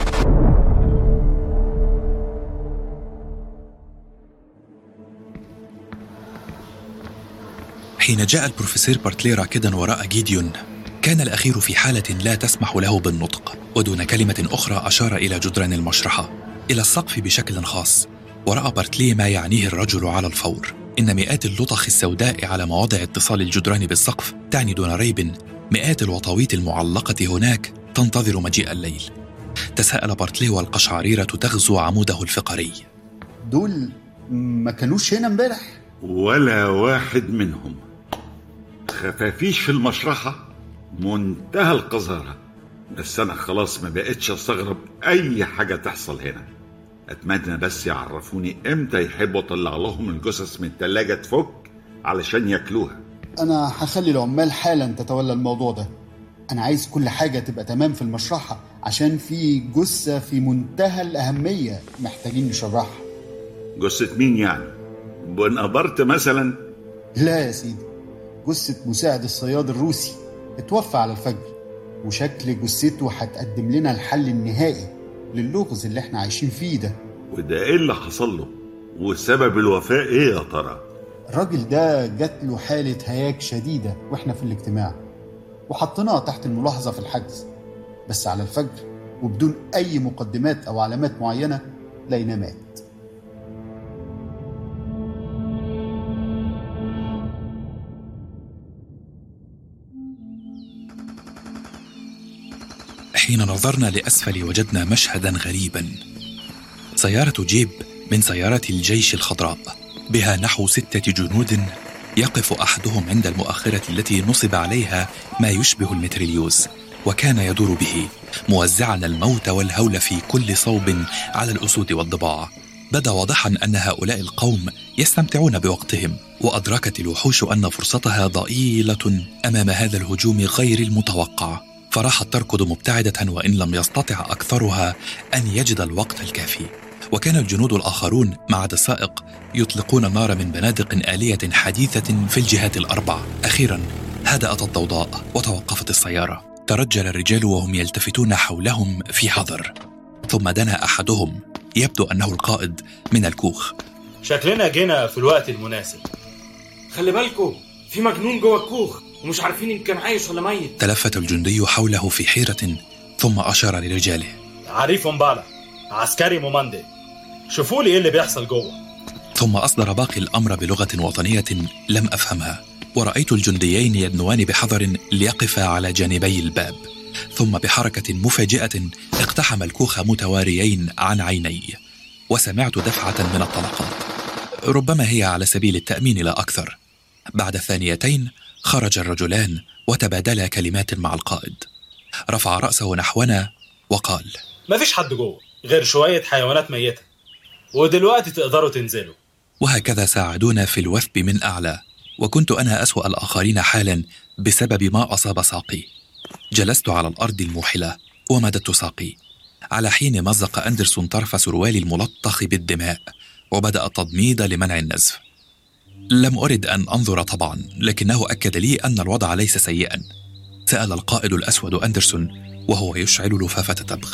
حين جاء البروفيسور بارتلي راكدا وراء جيديون، كان الأخير في حالة لا تسمح له بالنطق، ودون كلمة أخرى أشار إلى جدران المشرحة، إلى السقف بشكل خاص. ورأى بارتلي ما يعنيه الرجل على الفور. إن مئات اللطخ السوداء على مواضع اتصال الجدران بالسقف تعني دون ريب مئات الوطاويط المعلقة هناك تنتظر مجيء الليل. تساءل بارتلي والقشعريرة تغزو عموده الفقري. دول ما كانوش هنا امبارح؟ ولا واحد منهم. خفافيش في المشرحة، منتهى القذارة. بس أنا خلاص ما بقتش أستغرب أي حاجة تحصل هنا. أتمنى بس يعرفوني إمتى يحبوا أطلع لهم الجثث من التلاجة تفك علشان ياكلوها. أنا هخلي العمال حالا تتولى الموضوع ده. أنا عايز كل حاجة تبقى تمام في المشرحة، عشان في جثة في منتهى الأهمية محتاجين نشرحها. جثة مين يعني؟ بونابرت مثلا؟ لا يا سيدي، جثة مساعد الصياد الروسي اتوفى على الفجر، وشكل جثته هتقدم لنا الحل النهائي للغز اللي احنا عايشين فيه ده. وده ايه اللي حصل له؟ وسبب الوفاة ايه يا ترى؟ الراجل ده جات له حالة هياج شديدة واحنا في الاجتماع، وحطيناه تحت الملاحظة في الحجز، بس على الفجر وبدون أي مقدمات أو علامات معينة لقيناه مات. حين نظرنا لأسفل وجدنا مشهدا غريبا. سيارة جيب من سيارات الجيش الخضراء بها نحو 6 جنود، يقف أحدهم عند المؤخرة التي نصب عليها ما يشبه المتريليوز، وكان يدور به موزعا الموت والهول في كل صوب على الأسود والضباع. بدا واضحا أن هؤلاء القوم يستمتعون بوقتهم، وأدركت الوحوش أن فرصتها ضئيلة أمام هذا الهجوم غير المتوقع، فراحت تركض مبتعدة وإن لم يستطع أكثرها أن يجد الوقت الكافي. وكان الجنود الآخرون ما عدا السائق يطلقون النار من بنادق آلية حديثة في الجهات ال4. أخيرا هدأت الضوضاء وتوقفت السيارة. ترجل الرجال وهم يلتفتون حولهم في حذر، ثم دنا أحدهم يبدو أنه القائد من الكوخ. شكلنا جينا في الوقت المناسب. خلي بالكو، في مجنون جوه الكوخ ومش عارفين إن كان عايش ولا ميت. تلفت الجندي حوله في حيرة ثم أشار لرجاله. عريف مبالا، عسكري موماندي، شوفوا لي إيه اللي بيحصل جوه. ثم أصدر باقي الأمر بلغة وطنية لم أفهمها، ورأيت الجنديين يدنوان بحذر ليقفا على جانبي الباب، ثم بحركة مفاجئة اقتحم الكوخ متواريين عن عيني، وسمعت دفعة من الطلقات، ربما هي على سبيل التأمين لا أكثر. بعد 2 خرج الرجلان وتبادلا كلمات مع القائد. رفع رأسه نحونا وقال: ما فيش حد جوه غير شوية حيوانات ميتة، ودلوقتي تقدروا تنزلوا. وهكذا ساعدونا في الوثب من أعلى، وكنت أنا أسوأ الآخرين حالا بسبب ما أصاب ساقي. جلست على الأرض الموحلة ومددت ساقي، على حين مزق أندرسون طرف سروالي الملطخ بالدماء وبدأ التضميد لمنع النزف. لم أرد أن أنظر طبعا، لكنه أكد لي أن الوضع ليس سيئا. سأل القائد الأسود أندرسون وهو يشعل لفافة تبغ: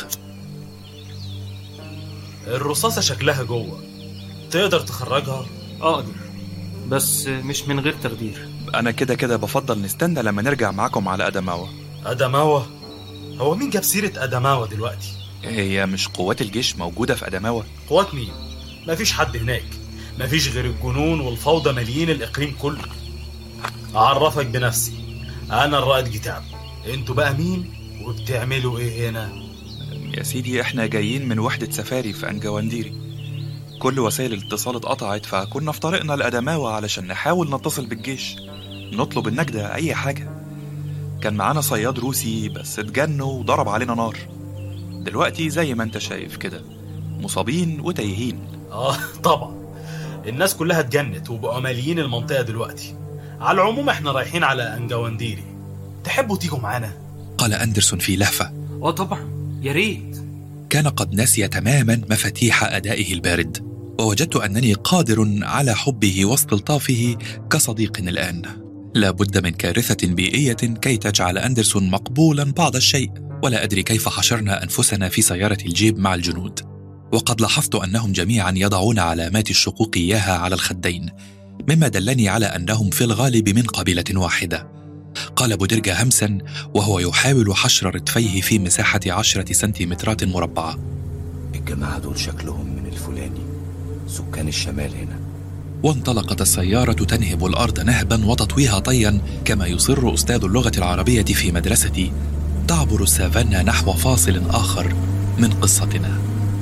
الرصاصة شكلها جوه، تقدر تخرجها؟ أقدر، بس مش من غير تخدير. أنا كده بفضل نستنى لما نرجع معاكم على أدماوة. أدماوة؟ هو مين جاب سيرة أدماوة دلوقتي؟ هي مش قوات الجيش موجودة في أدماوة؟ قوات مين؟ مفيش حد هناك، مفيش غير الجنون والفوضى ماليين الإقليم كله. أعرفك بنفسي، أنا الرائد جتاب. انتوا بقى مين وبتعملوا إيه هنا؟ يا سيدي إحنا جايين من وحدة سفاري في أنجوانديري، كل وسائل الاتصال اتقطعت، فكنا في طريقنا لأدماوة علشان نحاول نتصل بالجيش نطلب النجدة أي حاجة. كان معانا صياد روسي بس اتجنوا وضرب علينا نار. دلوقتي زي ما انت شايف كده مصابين وتايهين. طبعا الناس كلها اتجنت وبقوا ماليين المنطقة دلوقتي. على العموم احنا رايحين على أنجوانديري، تحبوا تيجوا معانا؟ قال أندرسون في لهفة. طبعا، يا ريت. كان قد نسي تماما مفاتيح أدائه البارد، ووجدت أنني قادر على حبه واستلطافه كصديق الآن. لا بد من كارثة بيئية كي تجعل أندرسون مقبولا بعض الشيء، ولا أدري كيف حشرنا أنفسنا في سيارة الجيب مع الجنود، وقد لاحظت أنهم جميعا يضعون علامات الشقوق إياها على الخدين، مما دلني على أنهم في الغالب من قبيلة واحدة. قال بودرجا همسا وهو يحاول حشر رتفيه في مساحة 10 سنتيمترات مربعة. الجماعة دول شكلهم من الفلاني، سكان الشمال هنا. وانطلقت السيارة تنهب الأرض نهبا وتطويها طيا، كما يصر أستاذ اللغة العربية في مدرستي، تعبر السافانا نحو فاصل آخر من قصتنا.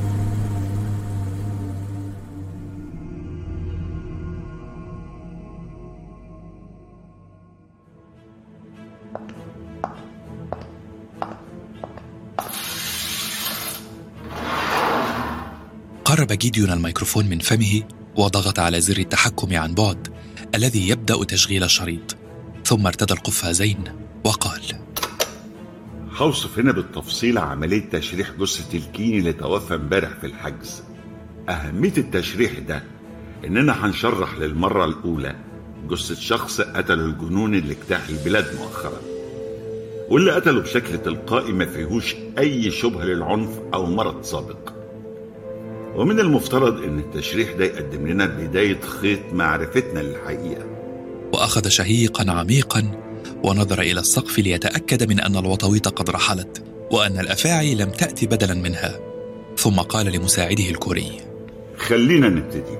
قرب جيديون الميكروفون من فمه وضغط على زر التحكم عن بعد الذي يبدأ تشغيل الشريط، ثم ارتدى القفازين وقال: هوصف هنا بالتفصيل عملية تشريح جثة الكيني اللي توفى امبارح في الحجز. أهمية التشريح ده إننا هنشرح للمرة الأولى جثة شخص قتل الجنون اللي اجتاح البلاد مؤخرا، واللي قتله بشكل تلقائي ما فيهوش أي شبهة للعنف أو مرض سابق. ومن المفترض أن التشريح ده يقدم لنا بداية خيط معرفتنا للحقيقة. وأخذ شهيقا عميقا ونظر إلى السقف ليتأكد من أن الوطويط قد رحلت وأن الأفاعي لم تأتي بدلا منها، ثم قال لمساعده الكوري: خلينا نبتدي.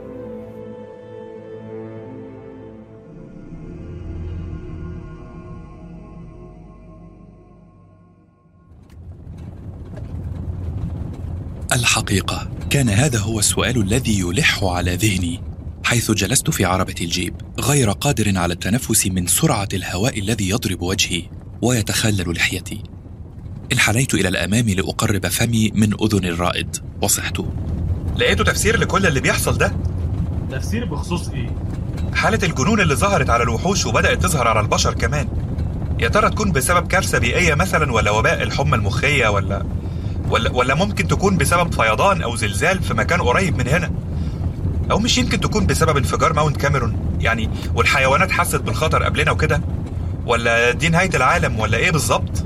الحقيقة كان هذا هو السؤال الذي يلح على ذهني حيث جلست في عربة الجيب، غير قادر على التنفس من سرعة الهواء الذي يضرب وجهي ويتخلل لحيتي. انحنيت إلى الأمام لأقرب فمي من أذن الرائد وصحت: لقيته تفسير لكل اللي بيحصل ده؟ تفسير بخصوص إيه؟ حالة الجنون اللي ظهرت على الوحوش وبدأت تظهر على البشر كمان. يا ترى تكون بسبب كارثة بيئية مثلا، ولا وباء الحمى المخية، ولا ممكن تكون بسبب فيضان أو زلزال في مكان قريب من هنا، أو مش يمكن تكون بسبب انفجار ماونت كاميرون يعني، والحيوانات حست بالخطر قبلنا وكده، ولا دي نهاية العالم، ولا إيه بالظبط؟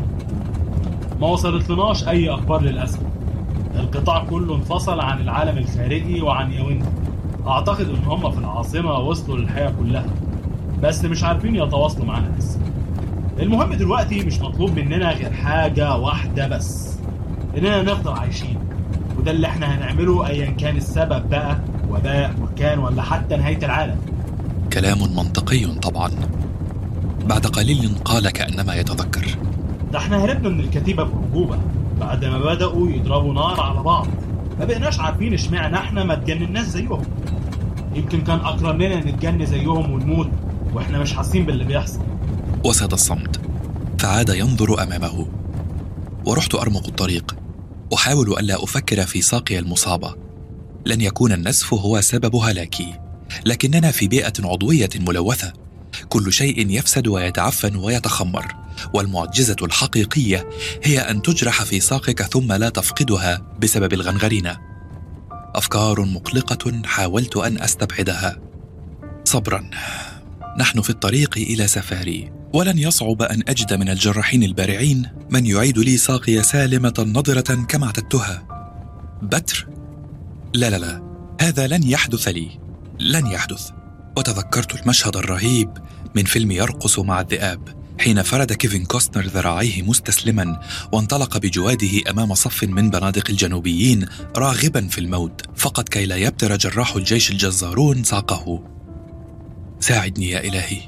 ما وصلتلناش أي أخبار للأسف. القطاع كله انفصل عن العالم الخارجي وعن ياوندي. أعتقد إن هم في العاصمة وصلوا للحياة كلها، بس مش عارفين يتواصلوا معنا لسه. المهم دلوقتي مش مطلوب مننا غير حاجة واحدة بس، إننا نفضل عايشين، وده اللي احنا هنعمله أيا كان السبب بقى، وباء، بركان، ولا حتى نهاية العالم. كلام منطقي طبعا. بعد قليل قال كأنما يتذكر: ده احنا هربنا من الكتيبة بأعجوبة بعد ما بدأوا يضربوا نار على بعض. ما بقناش عارفين اشمعنى احنا ما تجنناش زيهم. يمكن كان أقرب لنا نتجن زيهم ونموت واحنا مش حاسين باللي بيحصل. وساد الصمت، فعاد ينظر أمامه، ورحت أرمق الطريق أحاول ألا أفكر في ساقي المصابة. لن يكون النسف هو سبب هلاكي، لكننا في بيئة عضوية ملوثة، كل شيء يفسد ويتعفن ويتخمر، والمعجزة الحقيقية هي أن تجرح في ساقك ثم لا تفقدها بسبب الغنغرينة. أفكار مقلقة حاولت أن أستبعدها. صبرا، نحن في الطريق إلى سفاري، ولن يصعب أن أجد من الجراحين البارعين من يعيد لي ساقي سالمة نضرة كما اعتدتها. بتر؟ لا، هذا لن يحدث لي، لن يحدث. وتذكرت المشهد الرهيب من فيلم يرقص مع الذئاب، حين فرد كيفن كوستنر ذراعيه مستسلما وانطلق بجواده أمام صف من بنادق الجنوبيين راغبا في الموت، فقط كي لا يبتر جراح الجيش الجزارون ساقه. ساعدني يا إلهي.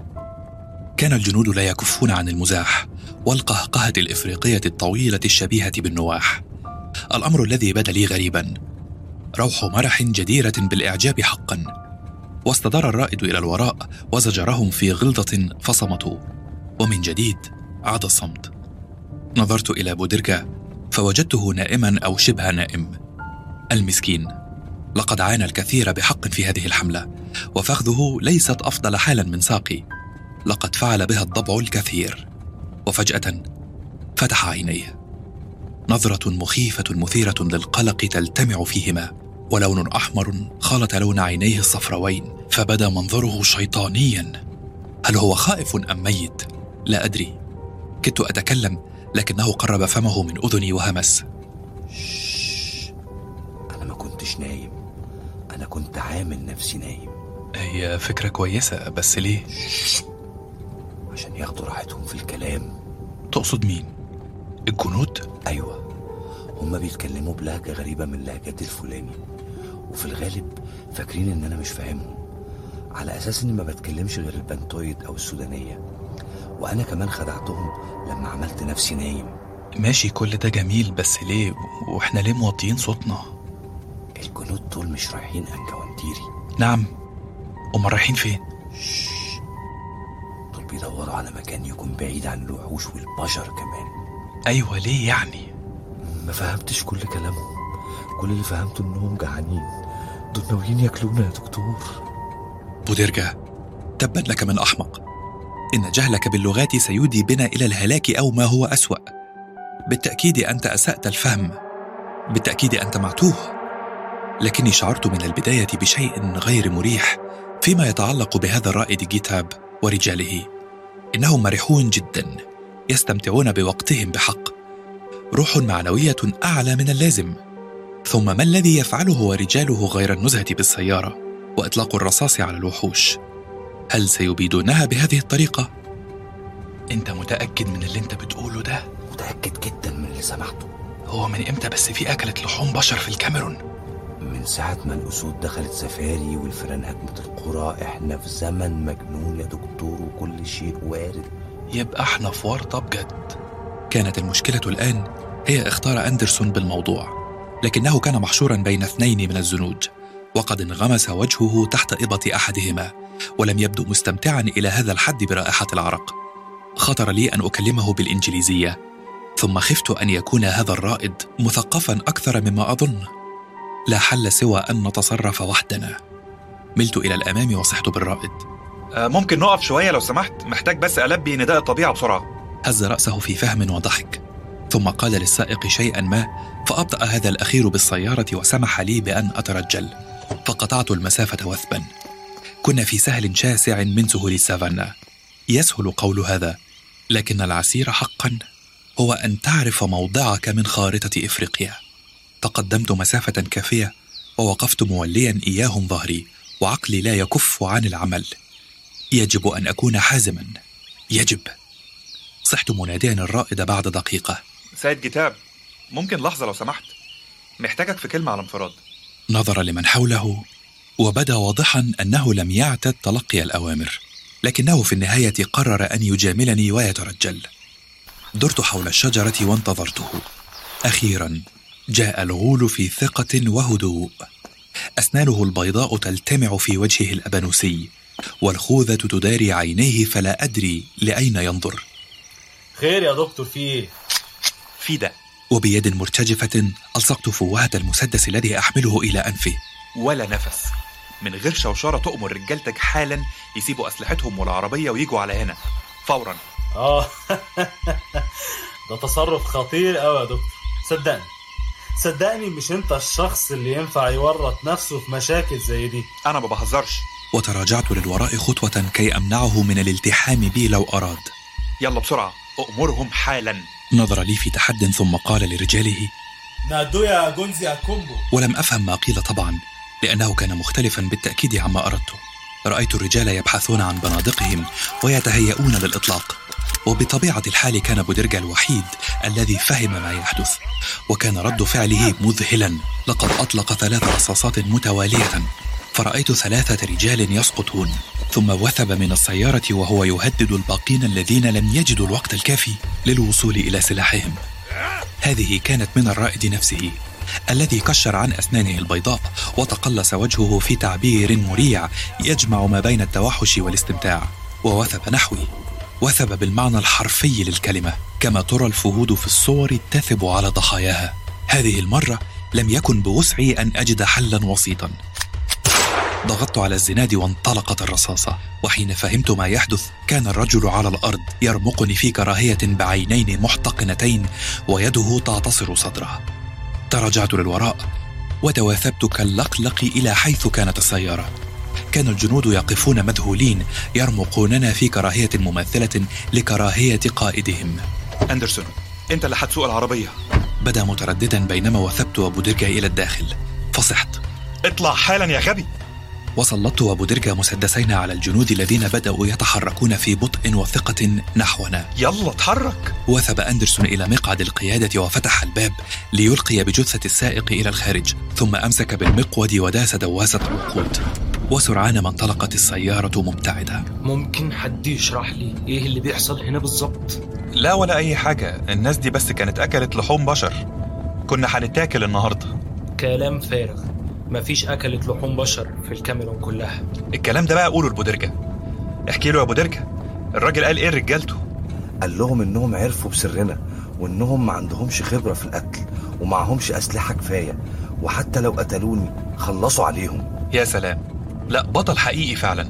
كان الجنود لا يكفون عن المزاح والقهقهة الإفريقية الطويلة الشبيهة بالنواح. الأمر الذي بدا لي غريبا، روح مرح جديرة بالإعجاب حقا. واستدار الرائد إلى الوراء وزجرهم في غلظة فصمتوا، ومن جديد عاد الصمت. نظرت إلى بودرجا فوجدته نائما أو شبه نائم. المسكين لقد عانى الكثير بحق في هذه الحملة، وفخذه ليست أفضل حالا من ساقي. لقد فعل بها الضبع الكثير. وفجأة فتح عينيه، نظرة مخيفة مثيرة للقلق تلتمع فيهما، ولون أحمر خالط لون عينيه الصفروين، فبدا منظره شيطانيا. هل هو خائف أم ميت؟ لا أدري. كدت أتكلم لكنه قرب فمه من أذني وهمس: أنا ما كنتش نايم، أنا كنت عامل نفسي نايم. هي فكرة كويسة، بس ليه؟ عشان ياخدوا راحتهم في الكلام. تقصد مين؟ الجنود؟ أيوة، هما بيتكلموا بلهجة غريبة من لهجات الفلاني، وفي الغالب فاكرين إن أنا مش فاهمهم، على أساس إني ما بتكلمش غير البنتويد أو السودانية. وأنا كمان خدعتهم لما عملت نفسي نايم. ماشي، كل ده جميل، بس ليه؟ وإحنا ليه موطيين صوتنا؟ الجنود دول مش رايحين أنكوانتيري. نعم، هما رايحين فين؟ دول بيدوروا على مكان يكون بعيد عن الوحوش والبشر كمان. أيوة، ليه يعني؟ ما فهمتش كل كلامهم، كل اللي فهمته إنهم جعانين، دول ناويين ياكلونا يا دكتور. بودرجا، تبا لك من أحمق. إن جهلك باللغات سيودي بنا إلى الهلاك أو ما هو أسوأ. بالتأكيد أنت أسأت الفهم، بالتأكيد أنت معتوه. لكني شعرت من البداية بشيء غير مريح فيما يتعلق بهذا الرائد جيتاب ورجاله. إنهم مرحون جدا، يستمتعون بوقتهم بحق، روح معنوية أعلى من اللازم. ثم ما الذي يفعله ورجاله غير النزهة بالسيارة وإطلاق الرصاص على الوحوش؟ هل سيبيدونها بهذه الطريقة؟ أنت متأكد من اللي أنت بتقوله ده؟ متأكد جدا من اللي سمعته. هو من إمتى بس في أكلت لحوم بشر في الكاميرون؟ من ساعة ما الأسود دخلت سفاري والفئران هجمت القرى. إحنا في زمن مجنون يا دكتور، وكل شيء وارد. يبقى إحنا في ورطة بجد. كانت المشكلة الآن هي اختار أندرسون بالموضوع، لكنه كان محشورا بين اثنين من الزنوج، وقد انغمس وجهه تحت إبط أحدهما، ولم يبدو مستمتعا إلى هذا الحد برائحة العرق. خطر لي أن أكلمه بالإنجليزية، ثم خفت أن يكون هذا الرائد مثقفا أكثر مما أظن. لا حل سوى أن نتصرف وحدنا. ملت إلى الأمام وصحت بالرائد: ممكن نقف شوية لو سمحت؟ محتاج بس ألبي نداء الطبيعة بسرعة. هز رأسه في فهم وضحك، ثم قال للسائق شيئا ما، فأبطأ هذا الأخير بالسيارة وسمح لي بأن أترجل، فقطعت المسافة وثبا. كنا في سهل شاسع من سهول السافانا. يسهل قول هذا، لكن العسير حقا هو أن تعرف موضعك من خارطة إفريقيا. تقدمت مسافة كافية ووقفت موليا إياهم ظهري، وعقلي لا يكف عن العمل. يجب أن أكون حازما، يجب. صحت مناديا الرائد بعد دقيقة: سيد جيتاب، ممكن لحظة لو سمحت؟ محتاجك في كلمة على انفراد. نظر لمن حوله وبدا واضحا أنه لم يعتد تلقي الأوامر، لكنه في النهاية قرر أن يجاملني ويترجل. درت حول الشجرة وانتظرته. أخيرا جاء الغول في ثقة وهدوء، أسنانه البيضاء تلتمع في وجهه الأبانوسي، والخوذة تداري عينيه فلا أدري لأين ينظر. خير يا دكتور، في إيه؟ في ده. وبيد مرتجفة ألصقت فوهة المسدس الذي أحمله إلى أنفه. ولا نفس. من غير شوشرة تؤمر رجالتك حالا يسيبوا أسلحتهم والعربية ويجوا على هنا فورا. ده تصرف خطير قوي يا دكتور. صدقني مش انت الشخص اللي ينفع يورط نفسه في مشاكل زي دي. أنا ما بهزرش. وتراجعت للوراء خطوة كي أمنعه من الالتحام بي لو أراد. يلا بسرعة، أؤمرهم حالا. نظر لي في تحد ثم قال لرجاله: نادو يا جونزي أكومبو. ولم أفهم ما قيل طبعا، لأنه كان مختلفا بالتأكيد عما أردته. رأيت الرجال يبحثون عن بنادقهم ويتهيئون للإطلاق، وبطبيعة الحال كان بودرجا الوحيد الذي فهم ما يحدث، وكان رد فعله مذهلا. لقد أطلق 3 رصاصات متوالية، فرأيت 3 رجال يسقطون، ثم وثب من السيارة وهو يهدد الباقين الذين لم يجدوا الوقت الكافي للوصول إلى سلاحهم. هذه كانت من الرائد نفسه الذي كشر عن أسنانه البيضاء وتقلص وجهه في تعبير مريع يجمع ما بين التوحش والاستمتاع، ووثب نحوي. وثب بالمعنى الحرفي للكلمة، كما ترى الفهود في الصور تثب على ضحاياها. هذه المرة لم يكن بوسعي أن أجد حلا وسيطا. ضغطت على الزناد وانطلقت الرصاصة، وحين فهمت ما يحدث كان الرجل على الأرض يرمقني في كراهية بعينين محتقنتين ويده تعتصر صدره. تراجعت للوراء وتواثبت كاللقلق إلى حيث كانت السيارة. كان الجنود يقفون مذهولين يرمقوننا في كراهية مماثلة لكراهية قائدهم. أندرسون، أنت اللي هتسوق العربية. بدأ مترددا بينما وثبت أبو درجة إلى الداخل، فصحت: اطلع حالا يا غبي. وسلطت أبو درجة مسدسين على الجنود الذين بدأوا يتحركون في بطء وثقة نحونا. يلا اتحرك. وثب أندرسون إلى مقعد القيادة وفتح الباب ليلقي بجثة السائق إلى الخارج، ثم أمسك بالمقود وداس دواسة الوقود، وسرعان ما انطلقت السيارة مبتعدة. ممكن حد يشرح لي إيه اللي بيحصل هنا بالظبط؟ لا ولا أي حاجة، الناس دي بس كانت أكلت لحوم بشر. كنا هنتاكل النهاردة. كلام فارغ، مفيش أكلت لحوم بشر في الكاميرون كلها. الكلام ده بقى قوله لأبو درجة. احكي له يا أبو درجة، الراجل قال إيه رجالته؟ قال لهم إنهم عرفوا بسرنا، وإنهم ما عندهمش خبرة في القتل ومعهمش أسلحة كفاية، وحتى لو قتلوني خلصوا عليهم. يا سلام، لا بطل حقيقي فعلا.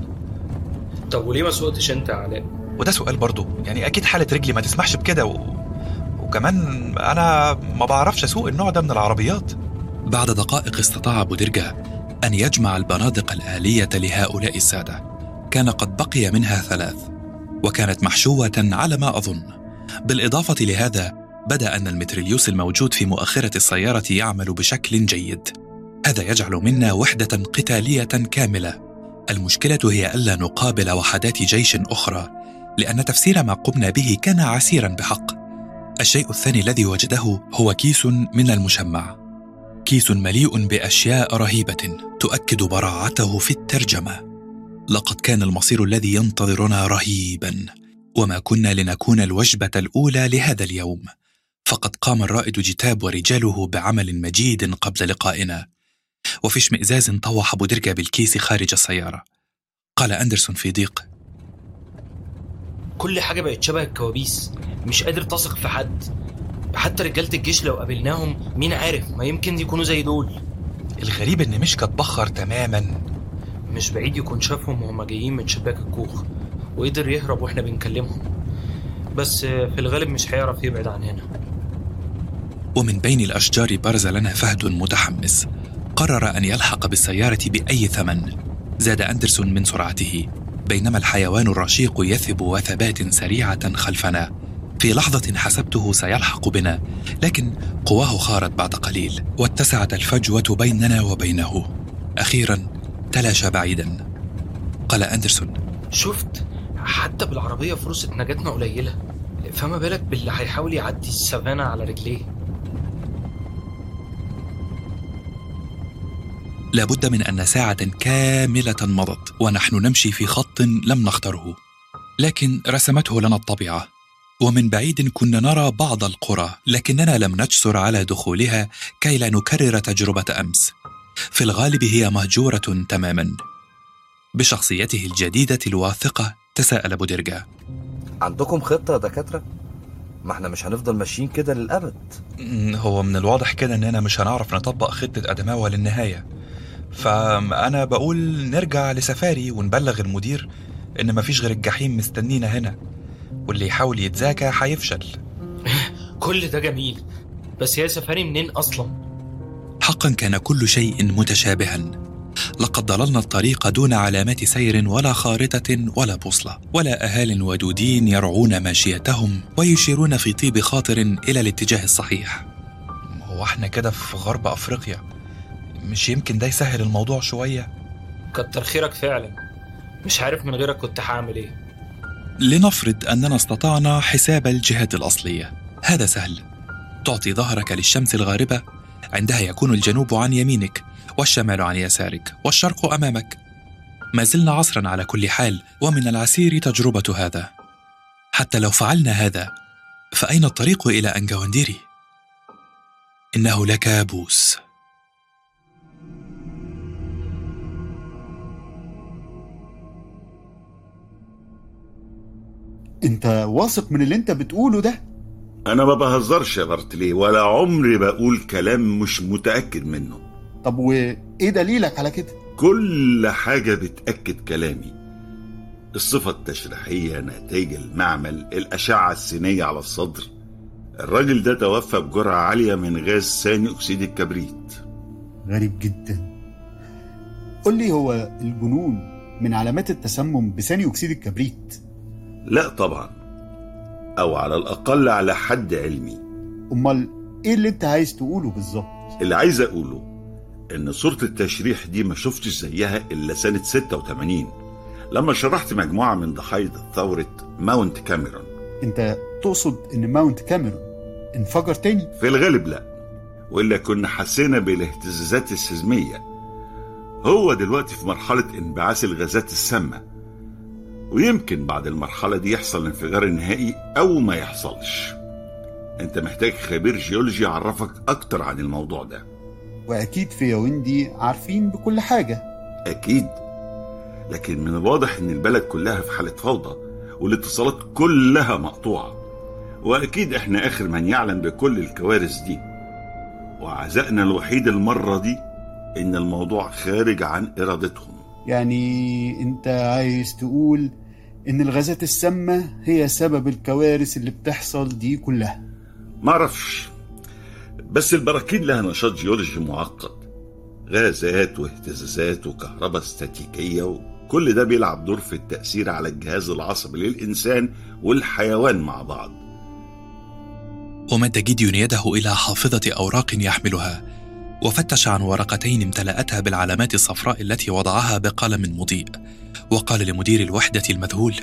طب وليه ما سوقتش انت يا علاء؟ وده سؤال برضو، يعني اكيد حالة رجلي ما تسمحش بكده وكمان انا ما بعرفش اسوق النوع ده من العربيات. بعد دقائق استطاع أبو درجة أن يجمع البنادق الآلية لهؤلاء السادة. كان قد بقي منها 3 وكانت محشوة على ما أظن. بالإضافة لهذا بدأ أن المتريليوس الموجود في مؤخرة السيارة يعمل بشكل جيد. هذا يجعل منا وحدة قتالية كاملة. المشكلة هي ألا نقابل وحدات جيش أخرى، لأن تفسير ما قمنا به كان عسيرا بحق. الشيء الثاني الذي وجده هو كيس من المشمع، كيس مليء بأشياء رهيبة تؤكد براعته في الترجمة. لقد كان المصير الذي ينتظرنا رهيبا، وما كنا لنكون الوجبة الأولى لهذا اليوم. فقد قام الرائد جتاب ورجاله بعمل مجيد قبل لقائنا. وفي اشمئزاز طوح أبو درجة بالكيس خارج السيارة. قال أندرسون في ضيق: كل حاجة بقت شبه الكوابيس، مش قادر تثق في حد، حتى رجالة الجيش لو قابلناهم مين عارف، ما يمكن يكونوا زي دول. الغريب ان مشكا اتبخر تماما. مش بعيد يكون شافهم وهم جايين من شباك الكوخ وقدر يهرب واحنا بنكلمهم، بس في الغالب مش هيعرف يبعد عن هنا. ومن بين الأشجار برز لنا فهد متحمس، قرر أن يلحق بالسيارة بأي ثمن. زاد أندرسون من سرعته، بينما الحيوان الرشيق يثب وثبات سريعة خلفنا. في لحظة حسبته سيلحق بنا، لكن قواه خارت بعد قليل واتسعت الفجوة بيننا وبينه. أخيرا تلاشى بعيدا. قال أندرسون: شفت؟ حتى بالعربية فرصة نجاتنا قليلة، فما بالك باللي هيحاول يعدي السافانا على رجليه. لابد من أن ساعة كاملة مضت ونحن نمشي في خط لم نختره، لكن رسمته لنا الطبيعة. ومن بعيد كنا نرى بعض القرى، لكننا لم نجسر على دخولها كي لا نكرر تجربة أمس. في الغالب هي مهجورة تماما. بشخصيته الجديدة الواثقة تساءل أبو درجة: عندكم خطة يا دكاترة؟ ما احنا مش هنفضل ماشيين كده للأبد. هو من الواضح كده اننا مش هنعرف نطبق خطة أدماوة للنهاية، فأنا بقول نرجع لسفاري ونبلغ المدير إن مفيش غير الجحيم مستنينا هنا، واللي يحاول يتذاكى هيفشل. كل ده جميل، بس يا سفاري منين أصلا؟ حقا كان كل شيء متشابها. لقد ضللنا الطريق دون علامات سير ولا خارطة ولا بوصلة ولا أهال ودودين يرعون ماشيتهم ويشيرون في طيب خاطر إلى الاتجاه الصحيح. هو احنا كده في غرب أفريقيا، مش يمكن ده يسهل الموضوع شوية؟ كتر خيرك فعلا، مش عارف من غيرك كنت هعمل ايه. لنفرض أننا استطعنا حساب الجهات الأصلية. هذا سهل. تعطي ظهرك للشمس الغاربة، عندها يكون الجنوب عن يمينك والشمال عن يسارك والشرق أمامك. ما زلنا عصرا على كل حال، ومن العسير تجربة هذا. حتى لو فعلنا هذا، فأين الطريق إلى أنجوانديري؟ إنه لكابوس. انت واثق من اللي انت بتقوله ده؟ أنا ما بهزرش يا بارتليه، ولا عمري بقول كلام مش متأكد منه. طب وإيه دليلك على كده؟ كل حاجة بتأكد كلامي. الصفة التشريحية، نتائج المعمل، الأشعة السينية على الصدر. الراجل ده توفى بجرعة عالية من غاز ثاني أكسيد الكبريت. غريب جدا. قل لي، هو الجنون من علامات التسمم بثاني أكسيد الكبريت؟ لا طبعا، أو على الأقل على حد علمي. أمال إيه اللي أنت عايز تقوله بالظبط؟ اللي عايز أقوله إن صورة التشريح دي ما شفتش زيها إلا سنة 86 لما شرحت مجموعة من ضحايا ثورة ماونت كاميرون. أنت تقصد إن ماونت كاميرون انفجر تاني؟ في الغالب لا، وإلا كنا حسينا بالاهتزازات السيزمية. هو دلوقتي في مرحلة انبعاث الغازات السامة، ويمكن بعد المرحلة دي يحصل انفجار نهائي أو ما يحصلش. أنت محتاج خبير جيولوجي يعرفك أكتر عن الموضوع ده. وأكيد في ياوندي عارفين بكل حاجة. أكيد، لكن من الواضح إن البلد كلها في حالة فوضى والاتصالات كلها مقطوعة، وأكيد إحنا آخر من يعلم بكل الكوارث دي. وعزائنا الوحيد المرة دي إن الموضوع خارج عن إرادتهم. يعني أنت عايز تقول إن الغازات السامة هي سبب الكوارث اللي بتحصل دي كلها؟ معرفش، بس البراكين لها نشاط جيولوجي معقد، غازات واهتزازات وكهرباء استاتيكية، وكل ده بيلعب دور في التأثير على الجهاز العصبي للإنسان والحيوان مع بعض. ومد جيديون يده إلى حافظة أوراق يحملها، وفتش عن ورقتين امتلأتها بالعلامات الصفراء التي وضعها بقلم مضيء، وقال لمدير الوحدة المذهول: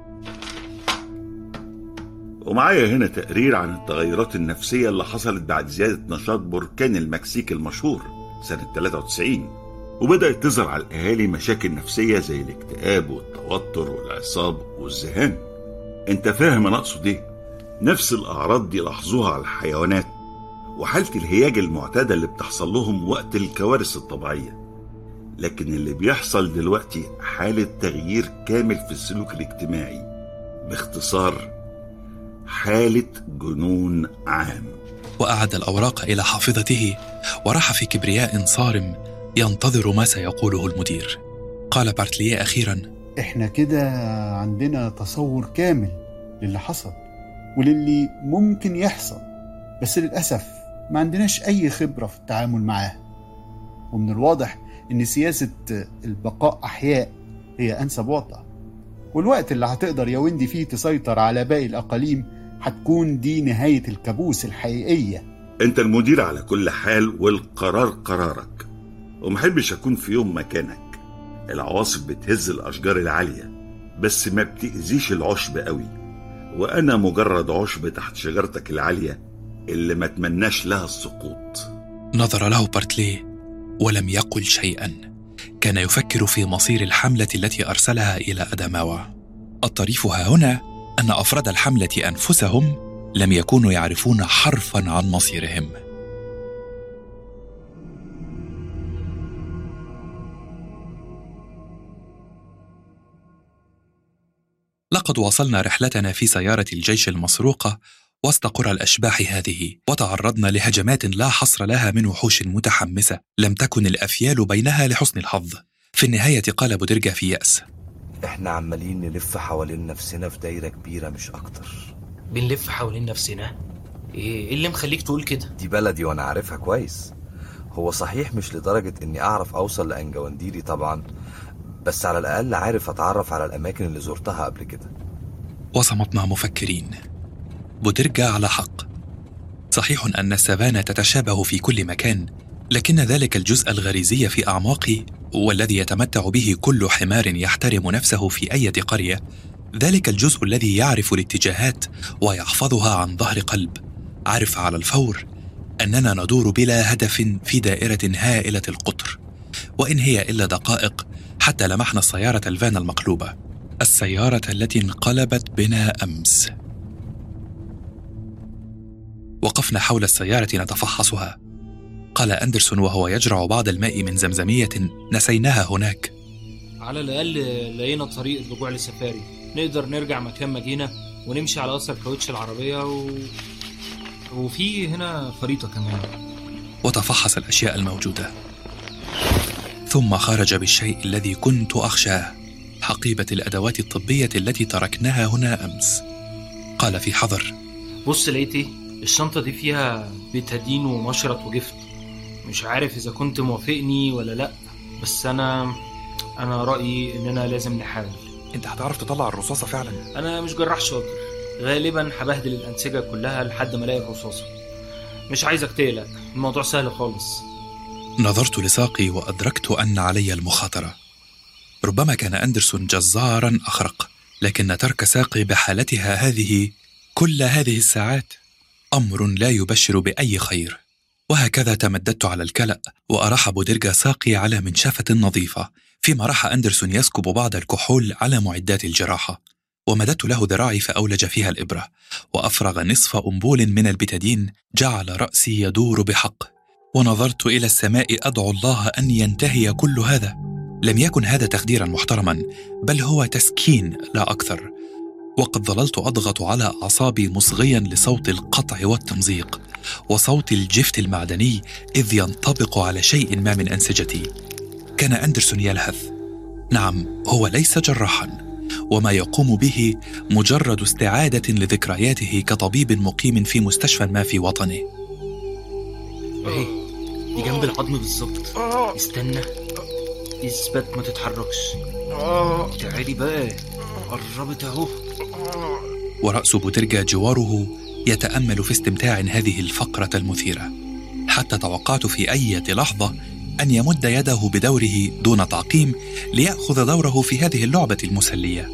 ومعايا هنا تقرير عن التغيرات النفسية اللي حصلت بعد زيادة نشاط بركان المكسيك المشهور سنة 93، وبدأت تظهر على الأهالي مشاكل نفسية زي الاكتئاب والتوتر والعصاب والذهان. انت فاهم انا اقصد ايه؟ نفس الأعراض دي لاحظوها على الحيوانات، وحالة الهياج المعتادة اللي بتحصل لهم وقت الكوارث الطبيعية. لكن اللي بيحصل دلوقتي حالة تغيير كامل في السلوك الاجتماعي، باختصار حالة جنون عام. وأعاد الأوراق إلى حافظته وراح في كبرياء صارم ينتظر ما سيقوله المدير. قال بارتليه أخيرا: إحنا كده عندنا تصور كامل للي حصل وللي ممكن يحصل، بس للأسف ما عندناش أي خبرة في التعامل معاه. ومن الواضح إن سياسة البقاء أحياء هي أنسب وضع، والوقت اللي هتقدر ياوندي فيه تسيطر على باقي الأقاليم هتكون دي نهاية الكابوس الحقيقية. أنت المدير على كل حال، والقرار قرارك، ومحبش أكون في يوم مكانك. العواصف بتهز الأشجار العالية بس ما بتأذيش العشب قوي، وأنا مجرد عشب تحت شجرتك العالية اللي ما تمناش لها السقوط. نظر له بارتليه ولم يقل شيئا. كان يفكر في مصير الحملة التي أرسلها إلى أداماوا. الطريف ها هنا أن أفراد الحملة أنفسهم لم يكونوا يعرفون حرفا عن مصيرهم. لقد وصلنا رحلتنا في سيارة الجيش المسروقة وسط قرى الأشباح هذه، وتعرضنا لهجمات لا حصر لها من وحوش متحمسة لم تكن الأفيال بينها لحسن الحظ. في النهاية قال بودرجا في يأس: احنا عمالين نلف حوالين نفسنا في دايرة كبيرة مش أكتر. بنلف حوالين نفسنا؟ ايه اللي مخليك تقول كده؟ دي بلدي وانا عارفها كويس. هو صحيح مش لدرجة اني اعرف اوصل لأنجوانديري طبعا، بس على الأقل عارف اتعرف على الأماكن اللي زرتها قبل كده. وصمتنا مفكرين. بودرجا على حق. صحيح أن السافانا تتشابه في كل مكان، لكن ذلك الجزء الغريزي في أعماقي والذي يتمتع به كل حمار يحترم نفسه في أي قرية، ذلك الجزء الذي يعرف الاتجاهات ويحفظها عن ظهر قلب، عرف على الفور أننا ندور بلا هدف في دائرة هائلة القطر، وإن هي إلا دقائق حتى لمحنا السيارة الفان المقلوبة، السيارة التي انقلبت بنا أمس. وقفنا حول السيارة نتفحصها. قال أندرسون وهو يجرع بعض الماء من زمزمية نسيناها هناك: على الأقل لقينا طريق الرجوع لسفاري، نقدر نرجع مكان ما جينا ونمشي على أثر كاوتش العربية وفي هنا خريطة كمان. وتفحص الأشياء الموجودة، ثم خرج بالشيء الذي كنت أخشاه، حقيبة الأدوات الطبية التي تركناها هنا أمس. قال في حذر: بص لقيت ايه؟ الشنطة دي فيها بيتادين ومشرط وجفت. مش عارف إذا كنت موافقني ولا لأ، بس أنا رأيي إننا لازم نحاول. انت هتعرف تطلع الرصاصة فعلا؟ أنا مش جراح شاطر، غالبا هبهدل الأنسجة كلها لحد ما ألاقي الرصاصة. مش عايزك تقلق، الموضوع سهل خالص. نظرت لساقي وأدركت أن علي المخاطرة. ربما كان أندرسون جزارا أخرق، لكن ترك ساقي بحالتها هذه كل هذه الساعات أمر لا يبشر بأي خير. وهكذا تمددت على الكلأ وأراح بودرجا ساقي على منشفة نظيفة، فيما راح أندرسون يسكب بعض الكحول على معدات الجراحة. ومددت له ذراعي فأولج فيها الإبرة وأفرغ نصف أنبول من البتادين. جعل رأسي يدور بحق، ونظرت إلى السماء أدعو الله أن ينتهي كل هذا. لم يكن هذا تخديرا محترما، بل هو تسكين لا أكثر. وقد ظللت أضغط على أعصابي مصغيا لصوت القطع والتمزيق وصوت الجفت المعدني إذ ينطبق على شيء ما من أنسجتي. كان أندرسون يلهث. نعم، هو ليس جراحا، وما يقوم به مجرد استعادة لذكرياته كطبيب مقيم في مستشفى ما في وطنه. اهي دي جنب العظم بالظبط. استنى، اثبت ما تتحركش. تعالي بقى، قربت اهو. ورأس بودرجا جواره يتأمل في استمتاع هذه الفقرة المثيرة، حتى توقعت في أي لحظة أن يمد يده بدوره دون تعقيم ليأخذ دوره في هذه اللعبة المسلية.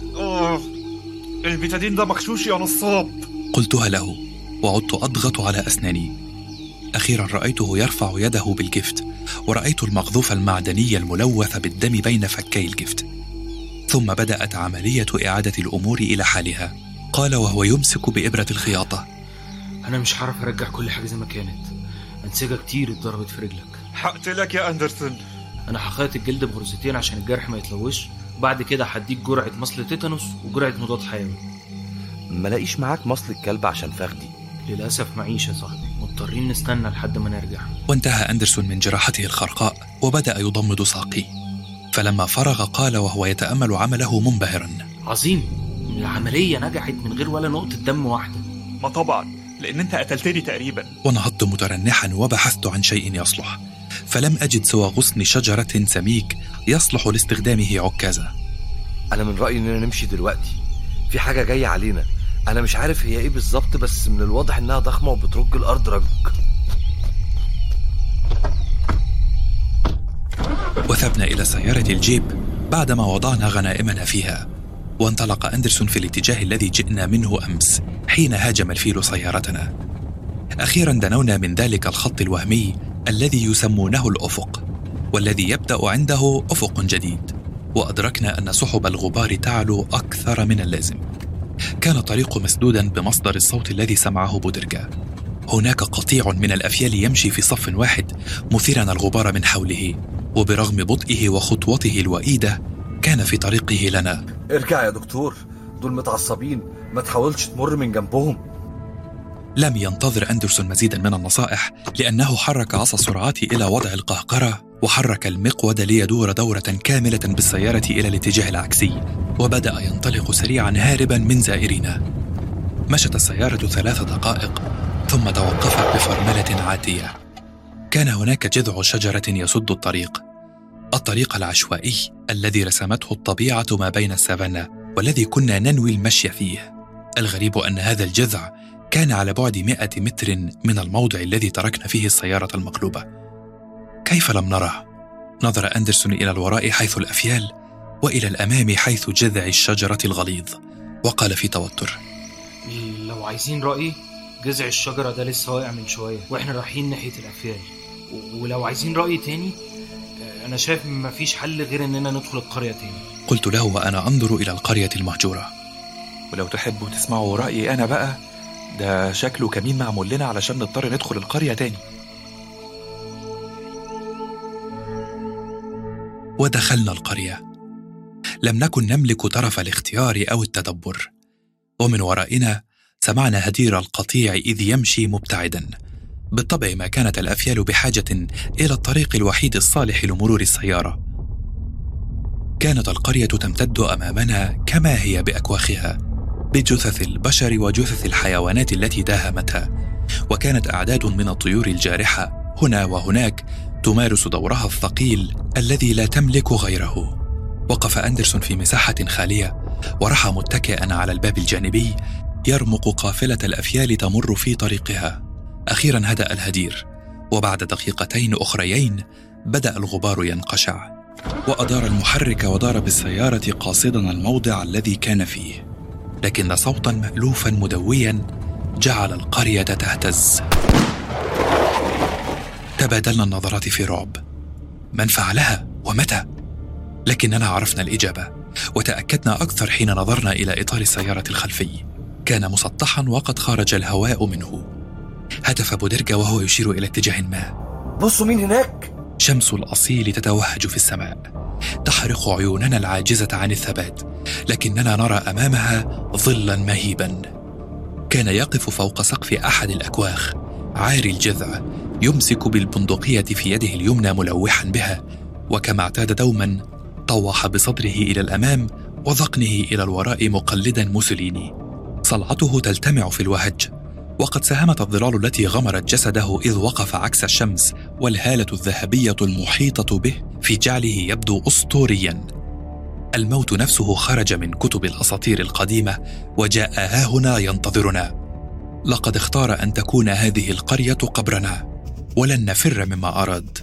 البتادين ده مغشوش يا نصاب، قلتها له وعدت أضغط على أسناني. أخيرا رأيته يرفع يده بالجفت، ورأيت المقذوف المعدني الملوث بالدم بين فكي الجفت. ثم بدأت عملية إعادة الأمور إلى حالها. قال وهو يمسك بإبرة الخياطة: أنا مش هعرف أرجع كل حاجة زي ما كانت، أنسجة كتير اتضربت في رجلك. هقتلك يا أندرسون. أنا هخيط الجلد بغرزتين عشان الجرح ما يتلوش، بعد كده هديك جرعة مصل تيتانوس وجرعة مضاد حيوي. ما لاقيش معاك مصل الكلب عشان فخدي؟ للأسف معيش يا صاحبي، مضطرين نستنى لحد ما نرجع. وانتهى أندرسون من جراحته الخرقاء وبدأ يضمد ساقي. فلما فرغ قال وهو يتأمل عمله منبهرا: عظيم، العملية نجحت من غير ولا نقطة دم واحدة. ما طبعا، لأن أنت قتلتني تقريبا. ونهضت مترنحا وبحثت عن شيء يصلح، فلم أجد سوى غصن شجرة سميك يصلح لاستخدامه عكازة. أنا من رأيي إننا نمشي دلوقتي، في حاجة جاية علينا. أنا مش عارف هي إيه بالظبط، بس من الواضح إنها ضخمة وبترج الأرض رج. وثبنا إلى سيارة الجيب بعدما وضعنا غنائمنا فيها، وانطلق أندرسون في الاتجاه الذي جئنا منه أمس حين هاجم الفيل سيارتنا. أخيرا دنونا من ذلك الخط الوهمي الذي يسمونه الأفق، والذي يبدأ عنده أفق جديد، وأدركنا أن سحب الغبار تعلو أكثر من اللازم. كان الطريق مسدودا بمصدر الصوت الذي سمعه بودرجا. هناك قطيع من الأفيال يمشي في صف واحد مثيرا الغبار من حوله، وبرغم بطئه وخطوته الوئيدة كان في طريقه لنا. ارجع يا دكتور، دول متعصبين، ما تحاولش تمر من جنبهم. لم ينتظر أندرسون مزيدا من النصائح، لأنه حرك عصا السرعات إلى وضع القهقرة وحرك المقود ليدور دورة كاملة بالسيارة إلى الاتجاه العكسي، وبدأ ينطلق سريعا هاربا من زائرنا. مشت السيارة 3 دقائق ثم توقفت بفرملة عاتية. كان هناك جذع شجرة يسد الطريق العشوائي الذي رسمته الطبيعة ما بين السافانا والذي كنا ننوي المشي فيه. الغريب أن هذا الجذع كان على بعد 100 متر من الموضع الذي تركنا فيه السيارة المقلوبة. كيف لم نره؟ نظر أندرسون إلى الوراء حيث الأفيال، وإلى الأمام حيث جذع الشجرة الغليظ، وقال في توتر: لو عايزين رأيي، جذع الشجرة ده لسه واقع من شوية وإحنا رايحين ناحية الأفيال. ولو عايزين رأيي تاني، أنا شايف مفيش حل غير إننا ندخل القرية تاني. قلت له وأنا أنظر إلى القرية المهجورة: ولو تحبوا تسمعوا رأيي أنا بقى، ده شكله كمين معمول لنا علشان نضطر ندخل القرية تاني. ودخلنا القرية. لم نكن نملك طرف الاختيار أو التدبر، ومن ورائنا سمعنا هدير القطيع إذ يمشي مبتعدا. بالطبع ما كانت الأفيال بحاجة إلى الطريق الوحيد الصالح لمرور السيارة. كانت القرية تمتد أمامنا كما هي بأكواخها، بجثث البشر وجثث الحيوانات التي داهمتها، وكانت أعداد من الطيور الجارحة هنا وهناك تمارس دورها الثقيل الذي لا تملك غيره. وقف أندرسون في مساحة خالية ورحى متكئا على الباب الجانبي يرمق قافلة الأفيال تمر في طريقها. أخيرا هدأ الهدير، وبعد دقيقتين أخريين بدأ الغبار ينقشع، وأدار المحرك ودار بالسيارة قاصدا الموضع الذي كان فيه، لكن صوتا مألوفا مدويا جعل القرية تهتز. تبادلنا النظرات في رعب. من فعلها ومتى؟ لكننا عرفنا الإجابة، وتأكدنا أكثر حين نظرنا إلى إطار السيارة الخلفي. كان مسطحا وقد خرج الهواء منه. هتف بودرجا وهو يشير إلى اتجاه ما. بصوا مين هناك؟ شمس الأصيل تتوهج في السماء، تحرق عيوننا العاجزة عن الثبات، لكننا نرى أمامها ظلا مهيبا. كان يقف فوق سقف أحد الأكواخ عاري الجذع، يمسك بالبندقية في يده اليمنى ملوحا بها، وكما اعتاد دوما طوح بصدره إلى الأمام وذقنه إلى الوراء مقلدا موسوليني. صلعته تلتمع في الوهج، وقد ساهمت الظلال التي غمرت جسده إذ وقف عكس الشمس والهالة الذهبية المحيطة به في جعله يبدو أسطوريا. الموت نفسه خرج من كتب الأساطير القديمة وجاء ها هنا ينتظرنا. لقد اختار أن تكون هذه القرية قبرنا، ولن نفر مما أراد.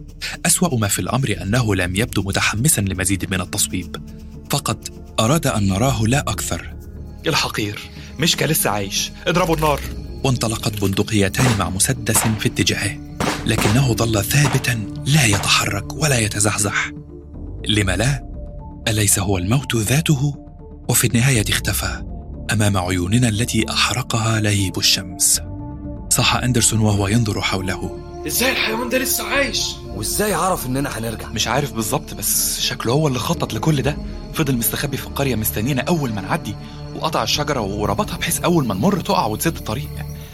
أسوأ ما في الأمر أنه لم يبدو متحمسا لمزيد من التصويب، فقط أراد أن نراه لا أكثر. الحقير، مشكا لسه عايش، اضربوا النار. وانطلقت بندقيتان مع مسدس في اتجاهه، لكنه ظل ثابتا لا يتحرك ولا يتزحزح. لما لا؟ أليس هو الموت ذاته؟ وفي النهاية اختفى أمام عيوننا التي أحرقها لهيب الشمس. صاح أندرسون وهو ينظر حوله. ازاي الحيوان ده لسه عايش؟ وازاي عرف اننا هنرجع؟ مش عارف بالظبط، بس شكله هو اللي خطط لكل ده. فضل مستخبي في القرية مستنينا أول ما نعدي، وقطع الشجرة وربطها بحيث أول ما نمر تقع وتسد الطريق.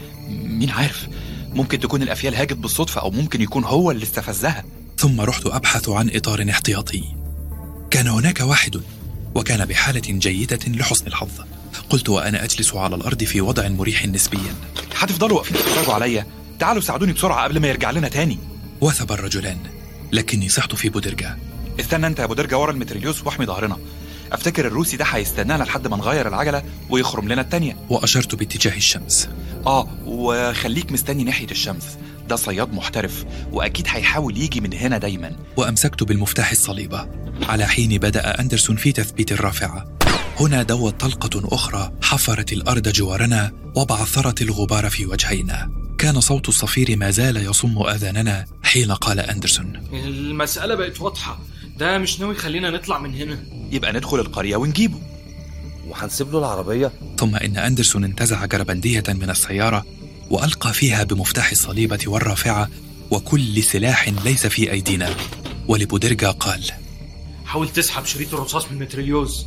مين عارف، ممكن تكون الأفيال هاجت بالصدفة، أو ممكن يكون هو اللي استفزها. ثم رحت أبحث عن إطار احتياطي. كان هناك واحد، وكان بحالة جيدة لحسن الحظ. قلت وأنا أجلس على الأرض في وضع مريح نسبيا. هتفضلوا واقفين تتفرجوا عليا؟ تعالوا ساعدوني بسرعة قبل ما يرجع لنا تاني. وثب الرجلان، لكني صحت في بودرجا. استنى انت يا بودرجا ورا المتريليوس واحمي ظهرنا. افتكر الروسي ده هيستنانا لحد ما نغير العجلة ويخرم لنا التانية. وأشرت باتجاه الشمس. وخليك مستني ناحية الشمس، ده صياد محترف وأكيد هيحاول يجي من هنا دايما. وأمسكت بالمفتاح الصليبة على حين بدأ أندرسون في تثبيت الرافعة. هنا دوت طلقة أخرى حفرت الأرض جوارنا وبعثرت الغبار في وجهينا. كان صوت الصفير ما زال يصم آذاننا حين قال أندرسون: المسألة بقت واضحة، ده مش ناوي خلينا نطلع من هنا. يبقى ندخل القرية ونجيبه. وهنسيب له العربية؟ ثم إن أندرسون انتزع جربندية من السيارة وألقى فيها بمفتاح الصليبة والرافعة وكل سلاح ليس في أيدينا. ولبودرجا قال: حاول تسحب شريط الرصاص من المتريليوس.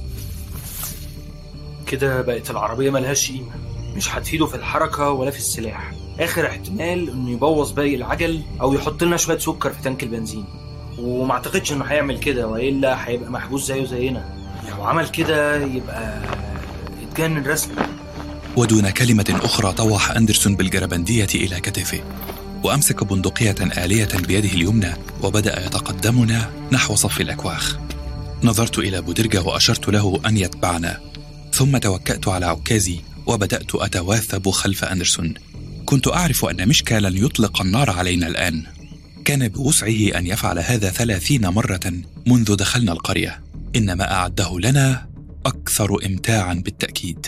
كده بقت العربية ملهاش قيمة، مش هتفيده في الحركة ولا في السلاح. آخر احتمال إنه يبوظ باقي العجل أو يحط لنا شوية سكر في تانك البنزين، وما اعتقدش إنه هيعمل كده، وإلا هيبقى محبوس زيه زينا. لو عمل كده يبقى اتجنن رسمي. ودون كلمة أخرى طوح أندرسون بالجربندية إلى كتفه، وأمسك بندقية آلية بيده اليمنى وبدأ يتقدمنا نحو صف الأكواخ. نظرت إلى بودرجا وأشرت له أن يتبعنا، ثم توكأت على عكازي وبدأت أتواثب خلف أندرسون. كنت أعرف أن مشكا لن يطلق النار علينا الآن. كان بوسعه أن يفعل هذا 30 مرة منذ دخلنا القرية. إنما أعده لنا أكثر إمتاعا بالتأكيد.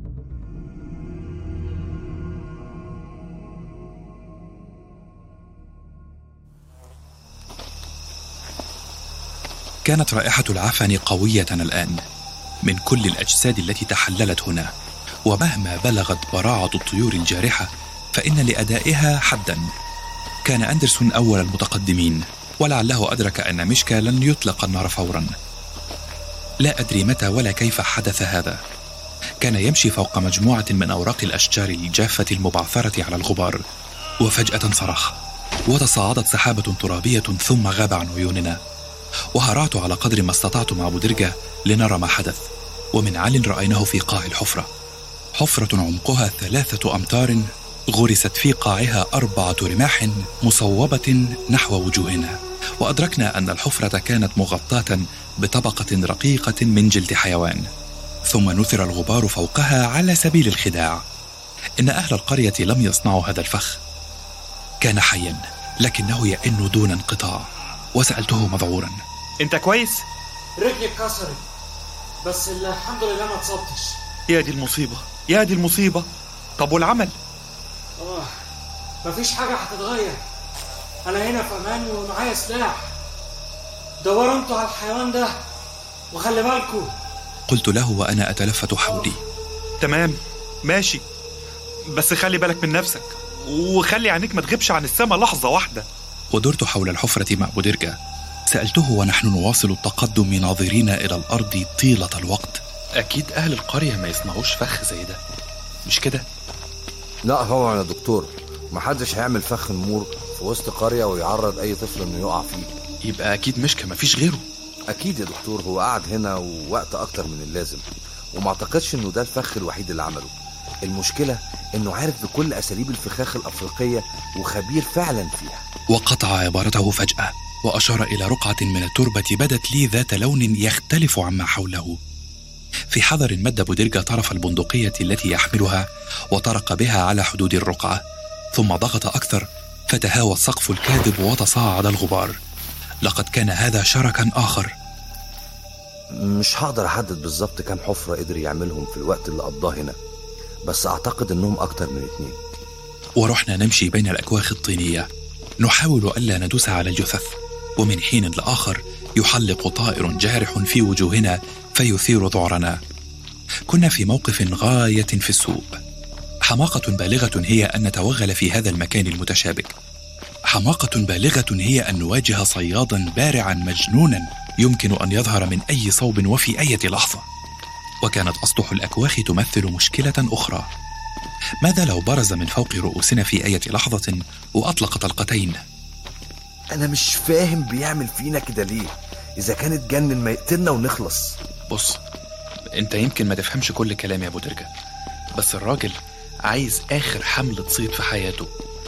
كانت رائحة العفن قوية الآن من كل الأجساد التي تحللت هنا، ومهما بلغت براعة الطيور الجارحة فإن لأدائها حدا. كان أندرسون أول المتقدمين، ولعله أدرك أن مشكا لن يطلق النار فورا. لا أدري متى ولا كيف حدث هذا، كان يمشي فوق مجموعة من أوراق الأشجار الجافة المبعثرة على الغبار، وفجأة صرخ وتصاعدت سحابة ترابية ثم غاب عن عيوننا. وهرعت على قدر ما استطعت مع بودرجة لنرى ما حدث، ومن عال رأيناه في قاع الحفرة، حفرة عمقها 3 أمتار غرست في قاعها 4 رماح مصوبة نحو وجوهنا، وأدركنا أن الحفرة كانت مغطاة بطبقة رقيقة من جلد حيوان، ثم نثر الغبار فوقها على سبيل الخداع. إن أهل القرية لم يصنعوا هذا الفخ، كان حيا لكنه يئن دون انقطاع. وسألته مذعورا: انت كويس؟ رجلي اتكسرت بس الحمد لله ما اتصبتش. يا دي المصيبة، يا دي المصيبة. طب والعمل؟ مفيش حاجة هتتغير. أنا هنا في أمان ومعايا سلاح. دوروا انتوا على الحيوان ده وخلي بالكوا. قلت له وأنا أتلفت حولي: تمام ماشي، بس خلي بالك من نفسك وخلي عينيك ما تغيبش عن السماء لحظة واحدة. ودرت حول الحفرة مع بودرجة. سألته ونحن نواصل التقدم ناظرين إلى الأرض طيلة الوقت: أكيد أهل القرية ما يصنعوش فخ زي ده، مش كده؟ لا طبعا يا دكتور، محدش هيعمل فخ نمور في وسط قرية ويعرض أي طفل إنه يقع فيه. يبقى أكيد مشكا مفيش غيره. أكيد يا دكتور، هو قاعد هنا ووقت أكتر من اللازم، وما اعتقدش إنه ده الفخ الوحيد اللي عمله. المشكلة إنه عارف بكل أساليب الفخاخ الأفريقية وخبير فعلا فيها. وقطع عبارته فجأة وأشار إلى رقعة من التربة بدت لي ذات لون يختلف عما حوله. في حذر مد بودرجة طرف البندقية التي يحملها وطرق بها على حدود الرقعة، ثم ضغط أكثر فتهاوى السقف الكاذب وتصاعد الغبار. لقد كان هذا شركا آخر. مش هقدر أحدد بالظبط كم حفرة قدر يعملهم في الوقت اللي قضاه هنا، بس أعتقد إنهم أكتر من 2. ورحنا نمشي بين الأكواخ الطينية نحاول ألا ندوس على الجثث، ومن حين لآخر يحلق طائر جارح في وجوهنا فيثير ذعرنا. كنا في موقف غاية في السوء. حماقة بالغة هي أن نتوغل في هذا المكان المتشابك، حماقة بالغة هي أن نواجه صيادا بارعا مجنونا يمكن أن يظهر من أي صوب وفي أي لحظة. وكانت أسطح الأكواخ تمثل مشكلة أخرى. ماذا لو برز من فوق رؤوسنا في أي لحظة وأطلق طلقتين؟ أنا مش فاهم بيعمل فينا كده ليه؟ إذا كان اتجنن ما يقتلنا ونخلص. بص، أنت يمكن ما تفهمش كل كلام يا بودرجة، بس الراجل عايز آخر حملة صيد في حياته.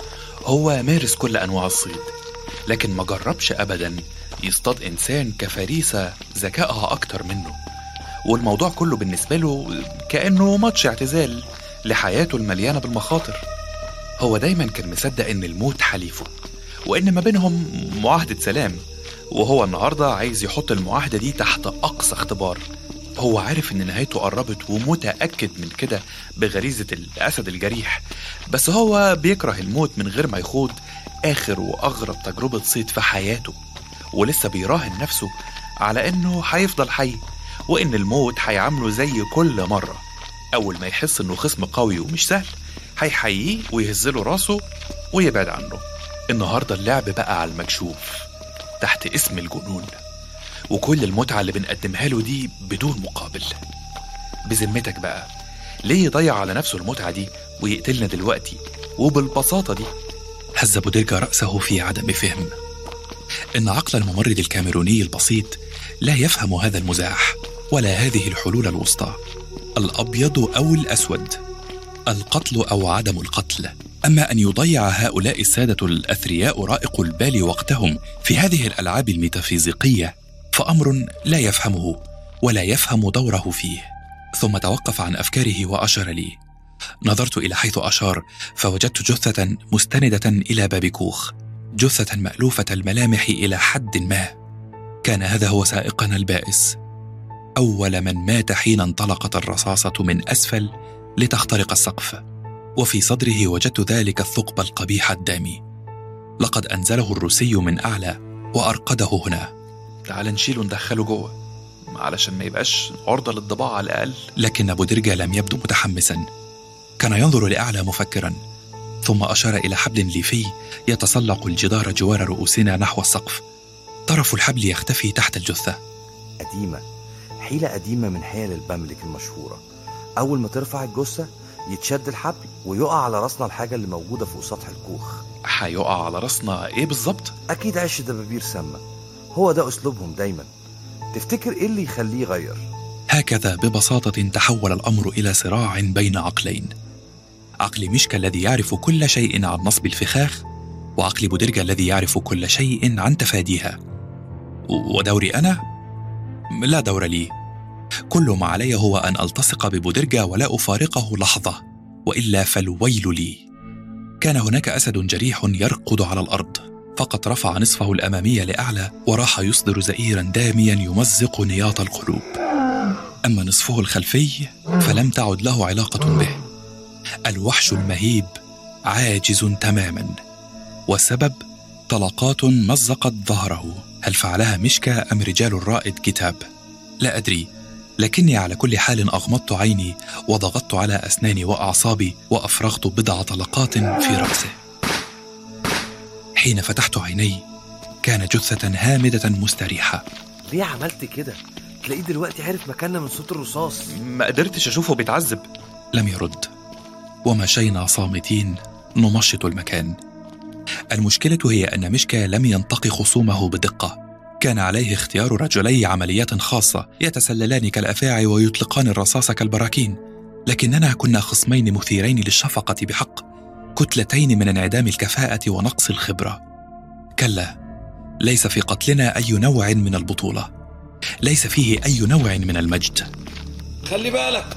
هو مارس كل أنواع الصيد، لكن ما جربش أبدا يصطاد إنسان كفريسة ذكائها أكتر منه، والموضوع كله بالنسبة له كأنه ماتش اعتزال لحياته المليانة بالمخاطر. هو دايما كان مصدق إن الموت حليفه، وإن ما بينهم معاهدة سلام، وهو النهاردة عايز يحط المعاهدة دي تحت أقصى اختبار. هو عارف إن نهايته قربت ومتأكد من كده بغريزة الأسد الجريح، بس هو بيكره الموت من غير ما يخوض آخر وأغرب تجربة صيد في حياته، ولسه بيراهن نفسه على إنه هيفضل حي، وإن الموت هيعامله زي كل مرة. أول ما يحس إنه خصم قوي ومش سهل هيحييه ويهزله راسه ويبعد عنه. النهاردة اللعب بقى على المكشوف تحت اسم الجنون، وكل المتعة اللي بنقدمها له دي بدون مقابل. بذمتك بقى ليه يضيع على نفسه المتعة دي ويقتلنا دلوقتي وبالبساطة دي؟ هز بودرجة رأسه في عدم فهم. إن عقل الممرض الكاميروني البسيط لا يفهم هذا المزاح ولا هذه الحلول الوسطى، الأبيض أو الأسود، القتل أو عدم القتل. أما أن يضيع هؤلاء السادة الأثرياء رائق البال وقتهم في هذه الألعاب الميتافيزيقية فأمر لا يفهمه ولا يفهم دوره فيه. ثم توقف عن أفكاره وأشار لي. نظرت إلى حيث أشار فوجدت جثة مستندة إلى باب كوخ، جثة مألوفة الملامح إلى حد ما. كان هذا هو سائقنا البائس، أول من مات حين انطلقت الرصاصة من أسفل لتخترق السقف، وفي صدره وجدت ذلك الثقب القبيح الدامي. لقد أنزله الروسي من أعلى وأرقده هنا. تعال نشيله وندخله جوه علشان ما يبقاش عرضة للضباع على الأقل. لكن بودرجة لم يبدو متحمسا، كان ينظر لأعلى مفكرا، ثم أشار إلى حبل ليفي يتسلق الجدار جوار رؤوسنا نحو السقف. طرف الحبل يختفي تحت الجثة. قديمة، حيلة قديمة من حيل المملك المشهورة، أول ما ترفع الجثة يتشد الحبل ويقع على راسنا الحاجة اللي موجودة فوق سطح الكوخ. هيقع على راسنا ايه بالظبط؟ أكيد عش دبابير سامة، هو ده أسلوبهم دايما. تفتكر إيه اللي يخليه يغير؟ هكذا ببساطة تحول الأمر إلى صراع بين عقلين: عقل ميشكا الذي يعرف كل شيء عن نصب الفخاخ، وعقل بودرجا الذي يعرف كل شيء عن تفاديها. ودوري أنا؟ لا دور لي. كل ما علي هو أن ألتصق ببودرجا ولا أفارقه لحظة، وإلا فالويل لي. كان هناك أسد جريح يرقد على الأرض، فقط رفع نصفه الأمامي لأعلى وراح يصدر زئيرا داميا يمزق نياط القلوب. أما نصفه الخلفي فلم تعد له علاقة به. الوحش المهيب عاجز تماما، والسبب طلقات مزقت ظهره. هل فعلها ميشكا أم رجال الرائد كتاب؟ لا أدري، لكني على كل حال أغمضت عيني وضغطت على أسناني وأعصابي وأفرغت بضع طلقات في رأسه. حين فتحت عيني كان جثة هامدة مستريحة. ليه عملت كده؟ تلاقيه دلوقتي عرف مكاننا من صوت الرصاص. ما قدرتش أشوفه بيتعذب. لم يرد، ومشينا صامتين نمشط المكان. المشكلة هي أن ميشكا لم ينتقي خصومه بدقة. كان عليه اختيار رجلي عمليات خاصة يتسللان كالأفاعي ويطلقان الرصاص كالبراكين، لكننا كنا خصمين مثيرين للشفقة بحق، كتلتين من انعدام الكفاءة ونقص الخبرة. كلا، ليس في قتلنا أي نوع من البطولة، ليس فيه أي نوع من المجد. خلي بالك.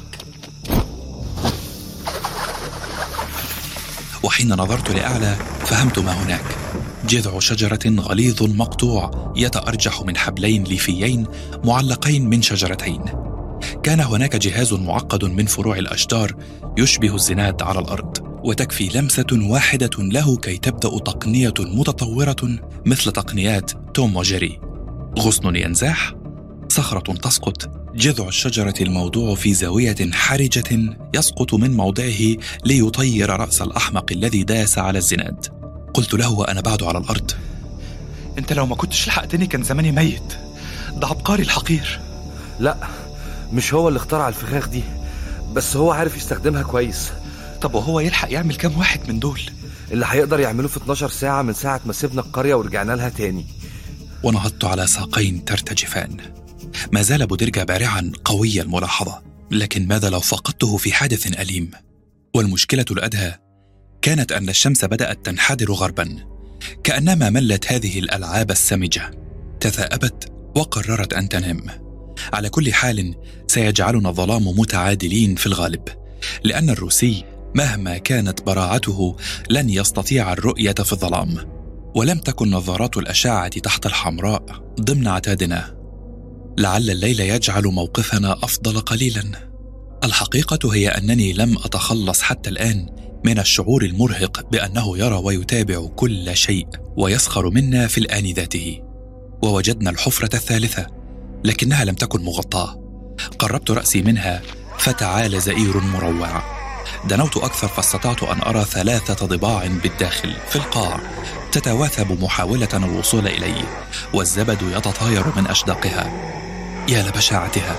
وحين نظرت لأعلى فهمت ما هناك: جذع شجرة غليظ مقطوع يتأرجح من حبلين ليفيين معلقين من شجرتين. كان هناك جهاز معقد من فروع الأشجار يشبه الزناد على الأرض، وتكفي لمسة واحدة له كي تبدأ تقنية متطورة مثل تقنيات توم وجيري. غصن ينزاح، صخرة تسقط، جذع الشجرة الموضوع في زاوية حرجة يسقط من موضعه ليطير رأس الأحمق الذي داس على الزناد. قلت له وأنا بعد على الأرض: انت لو ما كنتش لحقتني كان زماني ميت. ده عبقري الحقير. لا، مش هو اللي اخترع الفخاخ دي، بس هو عارف يستخدمها كويس. طب وهو يلحق يعمل كام واحد من دول؟ اللي هيقدر يعمله في 12 ساعة من ساعة ما سيبنا القرية ورجعنا لها تاني. ونهضت على ساقين ترتجفان. ما زال بودرجا بارعا قوي الملاحظة، لكن ماذا لو فقدته في حادث أليم؟ والمشكلة الأدهى كانت أن الشمس بدأت تنحدر غربا، كأنما ملت هذه الألعاب السمجة، تثاءبت وقررت أن تنام. على كل حال سيجعلنا الظلام متعادلين في الغالب، لأن الروسي مهما كانت براعته لن يستطيع الرؤية في الظلام، ولم تكن نظارات الأشعة تحت الحمراء ضمن عتادنا. لعل الليل يجعل موقفنا أفضل قليلا. الحقيقة هي أنني لم أتخلص حتى الآن من الشعور المرهق بأنه يرى ويتابع كل شيء ويسخر منا في الآن ذاته. ووجدنا الحفرة الثالثة، لكنها لم تكن مغطاة. قربت رأسي منها فتعال زئير مروع. دنوت أكثر فاستطعت أن أرى 3 ضباع بالداخل في القاع تتواثب محاولة الوصول إلي، والزبد يتطاير من أشداقها. يا لبشاعتها،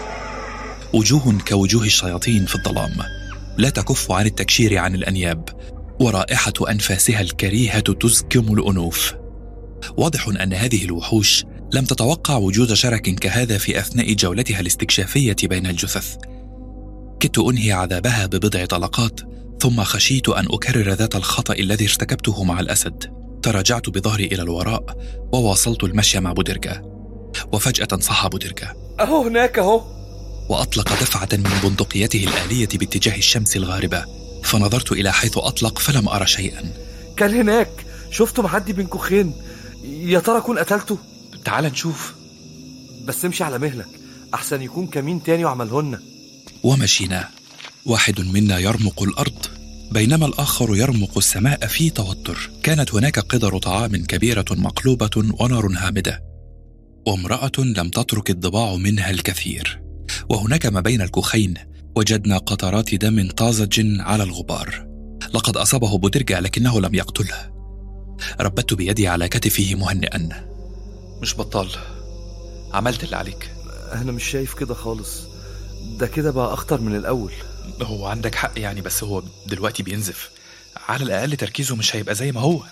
وجوه كوجوه الشياطين في الظلام، لا تكف عن التكشير عن الأنياب، ورائحة أنفاسها الكريهة تزكم الأنوف. واضح أن هذه الوحوش لم تتوقع وجود شرك كهذا في أثناء جولتها الاستكشافية بين الجثث. كدت أنهي عذابها ببضع طلقات، ثم خشيت أن أكرر ذات الخطأ الذي ارتكبته مع الأسد. تراجعت بظهري إلى الوراء وواصلت المشي مع بودرجا، وفجأة صح بودرجا: أهو هناك أهو. وأطلق دفعة من بندقيته الآلية باتجاه الشمس الغاربة، فنظرت إلى حيث أطلق فلم أرى شيئا. كان هناك، شفته معدي بين كوخين. يا ترى كون قتلته؟ تعال نشوف. بس امشي على مهلك، أحسن يكون كمين تاني وعملهن. ومشينا، واحد منا يرمق الأرض بينما الآخر يرمق السماء في توتر. كانت هناك قدر طعام كبيرة مقلوبة ونار هامدة، وامرأة لم تترك الضباع منها الكثير. وهناك ما بين الكوخين وجدنا قطرات دم طازج على الغبار. لقد أصابه بودرجا لكنه لم يقتله. ربت بيدي على كتفه مهنئا: مش بطال، عملت اللي عليك. أنا مش شايف كده خالص، ده كده بقى أخطر من الأول. هو عندك حق يعني، بس هو دلوقتي بينزف، على الأقل تركيزه مش هيبقى زي ما هو.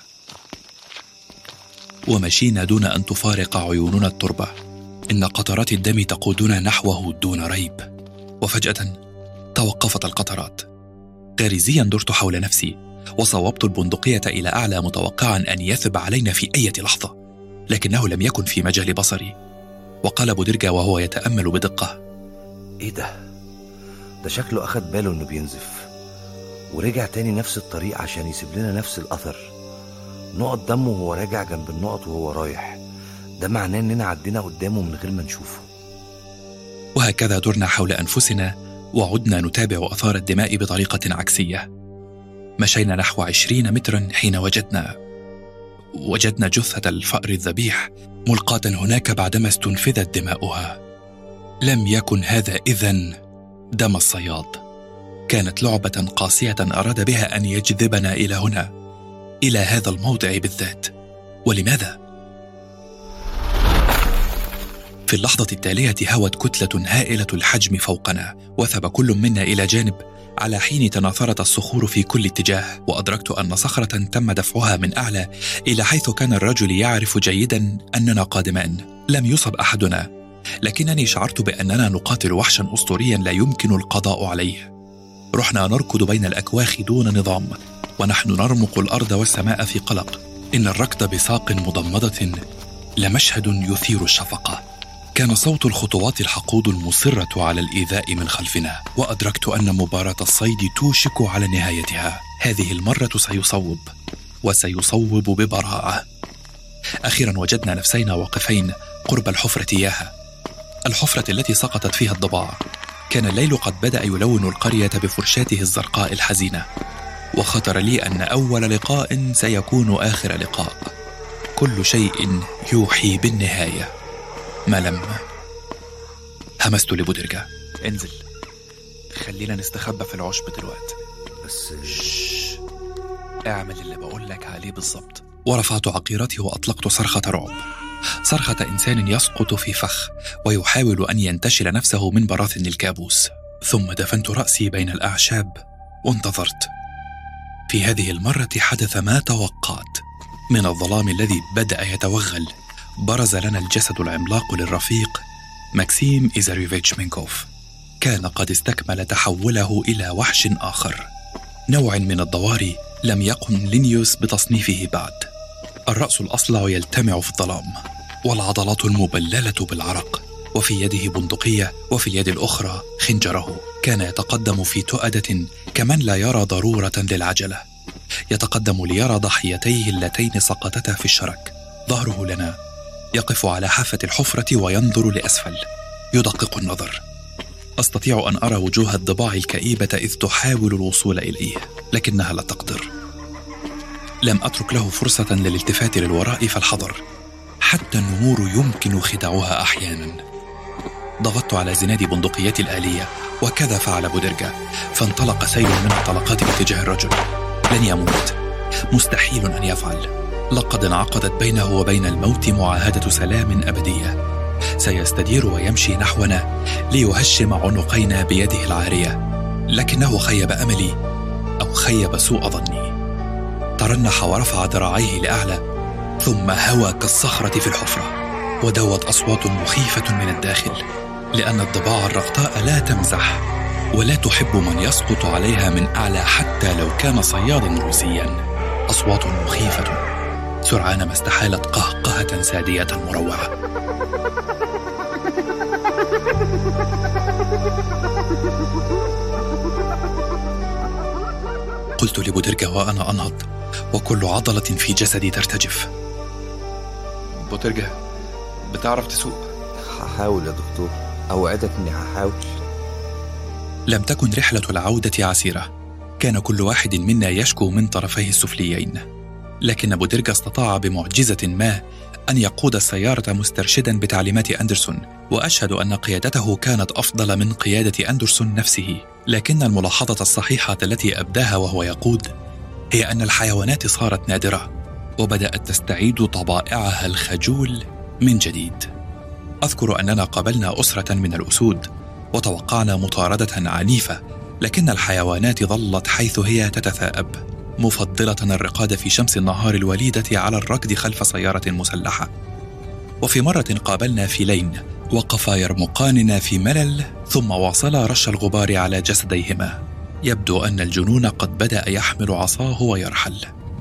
ومشينا دون أن تفارق عيوننا التربة. إن قطرات الدم تقودنا نحوه دون ريب. وفجأة توقفت القطرات. غريزيا درت حول نفسي وصوبت البندقية إلى أعلى متوقعا أن يثب علينا في أي لحظة، لكنه لم يكن في مجال بصري. وقال بودرجا وهو يتأمل بدقة: ايه ده شكله أخد باله إنه بينزف ورجع تاني نفس الطريق عشان يسيب لنا نفس الأثر. نقط دمه وهو راجع جنب النقط وهو رايح، ده معناه إننا عدينا قدامه من غير ما نشوفه. وهكذا درنا حول أنفسنا وعدنا نتابع أثار الدماء بطريقة عكسية. مشينا نحو 20 مترا حين وجدنا جثة الفأر الذبيح ملقاة هناك بعدما استنفذت دماؤها. لم يكن هذا إذن دم الصياد، كانت لعبة قاسية أراد بها أن يجذبنا إلى هنا، إلى هذا الموضع بالذات. ولماذا؟ في اللحظة التالية هوت كتلة هائلة الحجم فوقنا، وثب كل منا إلى جانب على حين تناثرت الصخور في كل اتجاه. وأدركت أن صخرة تم دفعها من أعلى إلى حيث كان الرجل يعرف جيدا أننا قادمان. لم يصب أحدنا، لكنني شعرت بأننا نقاتل وحشا أسطوريا لا يمكن القضاء عليه. رحنا نركض بين الأكواخ دون نظام، ونحن نرمق الأرض والسماء في قلق. إن الركض بساق مضمدة لمشهد يثير الشفقة. كان صوت الخطوات الحقود المصرة على الإيذاء من خلفنا، وأدركت أن مباراة الصيد توشك على نهايتها. هذه المرة وسيصوب ببراعة. أخيرا وجدنا نفسينا واقفين قرب الحفرة إياها، الحفرة التي سقطت فيها الضباع. كان الليل قد بدأ يلون القرية بفرشاته الزرقاء الحزينة، وخطر لي أن أول لقاء سيكون آخر لقاء. كل شيء يوحي بالنهاية. ما لم همست لبودرجا: انزل، خلينا نستخبى في العشب دلوقتي. بس اعمل اللي بقولك عليه بالظبط. ورفعت عقيرتي وأطلقت صرخة رعب، صرخة إنسان يسقط في فخ ويحاول أن ينتشل نفسه من براثن الكابوس. ثم دفنت رأسي بين الأعشاب وانتظرت. في هذه المرة حدث ما توقعت. من الظلام الذي بدأ يتوغل برز لنا الجسد العملاق للرفيق ماكسيم إيزاريوفيتش مينكوف. كان قد استكمل تحوله إلى وحش آخر، نوع من الضواري لم يقم لينيوس بتصنيفه بعد. الرأس الأصلع يلتمع في الظلام، والعضلات المبللة بالعرق، وفي يده بندقية وفي اليد الأخرى خنجره. كان يتقدم في تؤدة كمن لا يرى ضرورة للعجلة، يتقدم ليرى ضحيتيه اللتين سقطتا في الشرك. ظهره لنا، يقف على حافة الحفرة وينظر لأسفل، يدقق النظر. أستطيع أن أرى وجوه الضباع الكئيبة إذ تحاول الوصول إليه، لكنها لا تقدر. لم أترك له فرصة للالتفات للوراء فالحذر، حتى النمور يمكن خداعها أحيانا. ضغطت على زناد بندقيتي الآلية، وكذا فعل بودرجا، فانطلق سيل من الطلقات باتجاه الرجل. لن يموت، مستحيل أن يفعل. لقد انعقدت بينه وبين الموت معاهدة سلام أبدية. سيستدير ويمشي نحونا ليهشم عنقينا بيده العارية، لكنه خيب أملي أو خيب سوء ظني. ترنح ورفع ذراعيه لأعلى، ثم هوى كالصخرة في الحفرة، ودوت أصوات مخيفة من الداخل، لأن الضباع الرغطاء لا تمزح ولا تحب من يسقط عليها من أعلى حتى لو كان صيادا روسيا. أصوات مخيفة، سرعان ما استحالت قهقهة سادية مروعة. قلت لبودرجا وأنا أنهض وكل عضلة في جسدي ترتجف: بودرجا، بتعرف تسوق؟ هحاول يا دكتور، أوعدك إني هحاول. لم تكن رحلة العودة عسيرة، كان كل واحد منا يشكو من طرفيه السفليين، لكن بودرجا استطاع بمعجزة ما أن يقود السيارة مسترشدا بتعليمات أندرسون، وأشهد أن قيادته كانت أفضل من قيادة أندرسون نفسه. لكن الملاحظة الصحيحة التي أبداها وهو يقود هي أن الحيوانات صارت نادرة، وبدأت تستعيد طبائعها الخجول من جديد. أذكر أننا قابلنا أسرة من الأسود، وتوقعنا مطاردة عنيفة لكن الحيوانات ظلت حيث هي تتثاءب، مفضلة الرقاد في شمس النهار الوليدة على الركض خلف سيارة مسلحة. وفي مرة قابلنا فيلين وقفا يرمقاننا في ملل، ثم واصلا رش الغبار على جسديهما. يبدو أن الجنون قد بدأ يحمل عصاه ويرحل.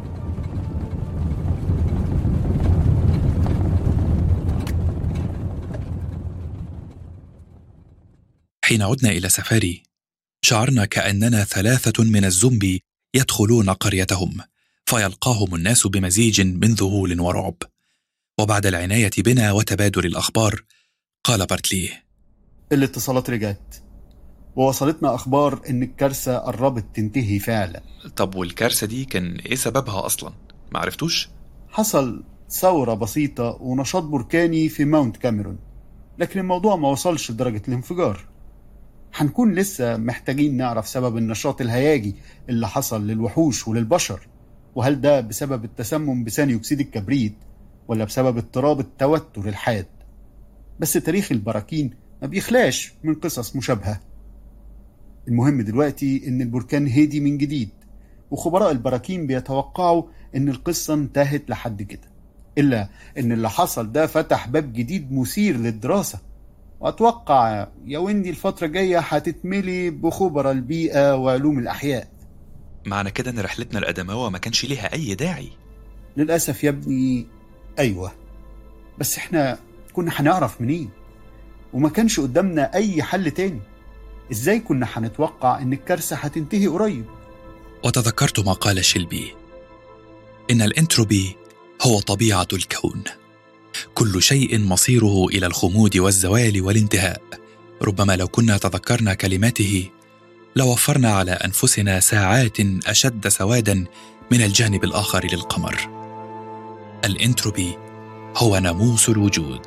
حين عدنا إلى سفاري شعرنا كأننا 3 من الزومبي يدخلون قريتهم، فيلقاهم الناس بمزيج من ذهول ورعب. وبعد العناية بنا وتبادل الأخبار قال بارتلي: الاتصالات رجعت ووصلتنا أخبار إن الكارثة قربت تنتهي فعلا. طب والكارثة دي كان إيه سببها أصلا؟ معرفتوش؟ حصل ثورة بسيطة ونشاط بركاني في ماونت كاميرون، لكن الموضوع ما وصلش لدرجة الانفجار. هنكون لسه محتاجين نعرف سبب النشاط الهياجي اللي حصل للوحوش وللبشر، وهل ده بسبب التسمم بثاني أكسيد الكبريت ولا بسبب اضطراب التوتر الحاد. بس تاريخ البراكين ما بيخلاش من قصص مشابهة. المهم دلوقتي إن البركان هادي من جديد، وخبراء البراكين بيتوقعوا إن القصة انتهت لحد كده، إلا إن اللي حصل ده فتح باب جديد مثير للدراسة. وأتوقع يا ويندي الفترة الجاية هتتملي بخبراء البيئة وعلوم الأحياء. معنى كده إن رحلتنا الأدماوة ما كانش ليها أي داعي. للأسف يا ابني أيوة، بس إحنا كنا هنعرف منين؟ وما كانش قدامنا أي حل تاني. إزاي كنا هنتوقع إن الكارثة هتنتهي قريب؟ وتذكرت ما قال شيلبي: إن الإنتروبي هو طبيعة الكون، كل شيء مصيره إلى الخمود والزوال والانتهاء. ربما لو كنا تذكرنا كلماته لوفرنا على أنفسنا ساعات أشد سوادا من الجانب الآخر للقمر. الإنتروبي هو ناموس الوجود.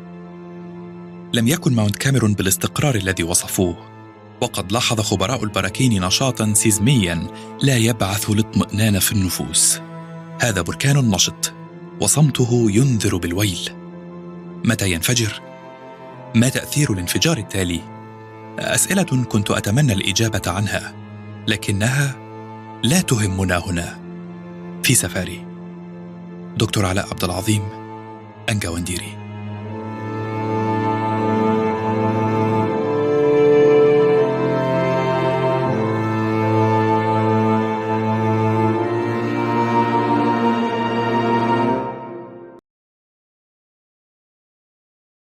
لم يكن ماونت كاميرون بالاستقرار الذي وصفوه، وقد لاحظ خبراء البراكين نشاطا سيزميا لا يبعث الاطمئنان في النفوس. هذا بركان نشط وصمته ينذر بالويل. متى ينفجر؟ ما تأثير الانفجار التالي؟ أسئلة كنت أتمنى الإجابة عنها، لكنها لا تهمنا هنا في سفاري. دكتور علاء عبد العظيم، أنجا ونديري.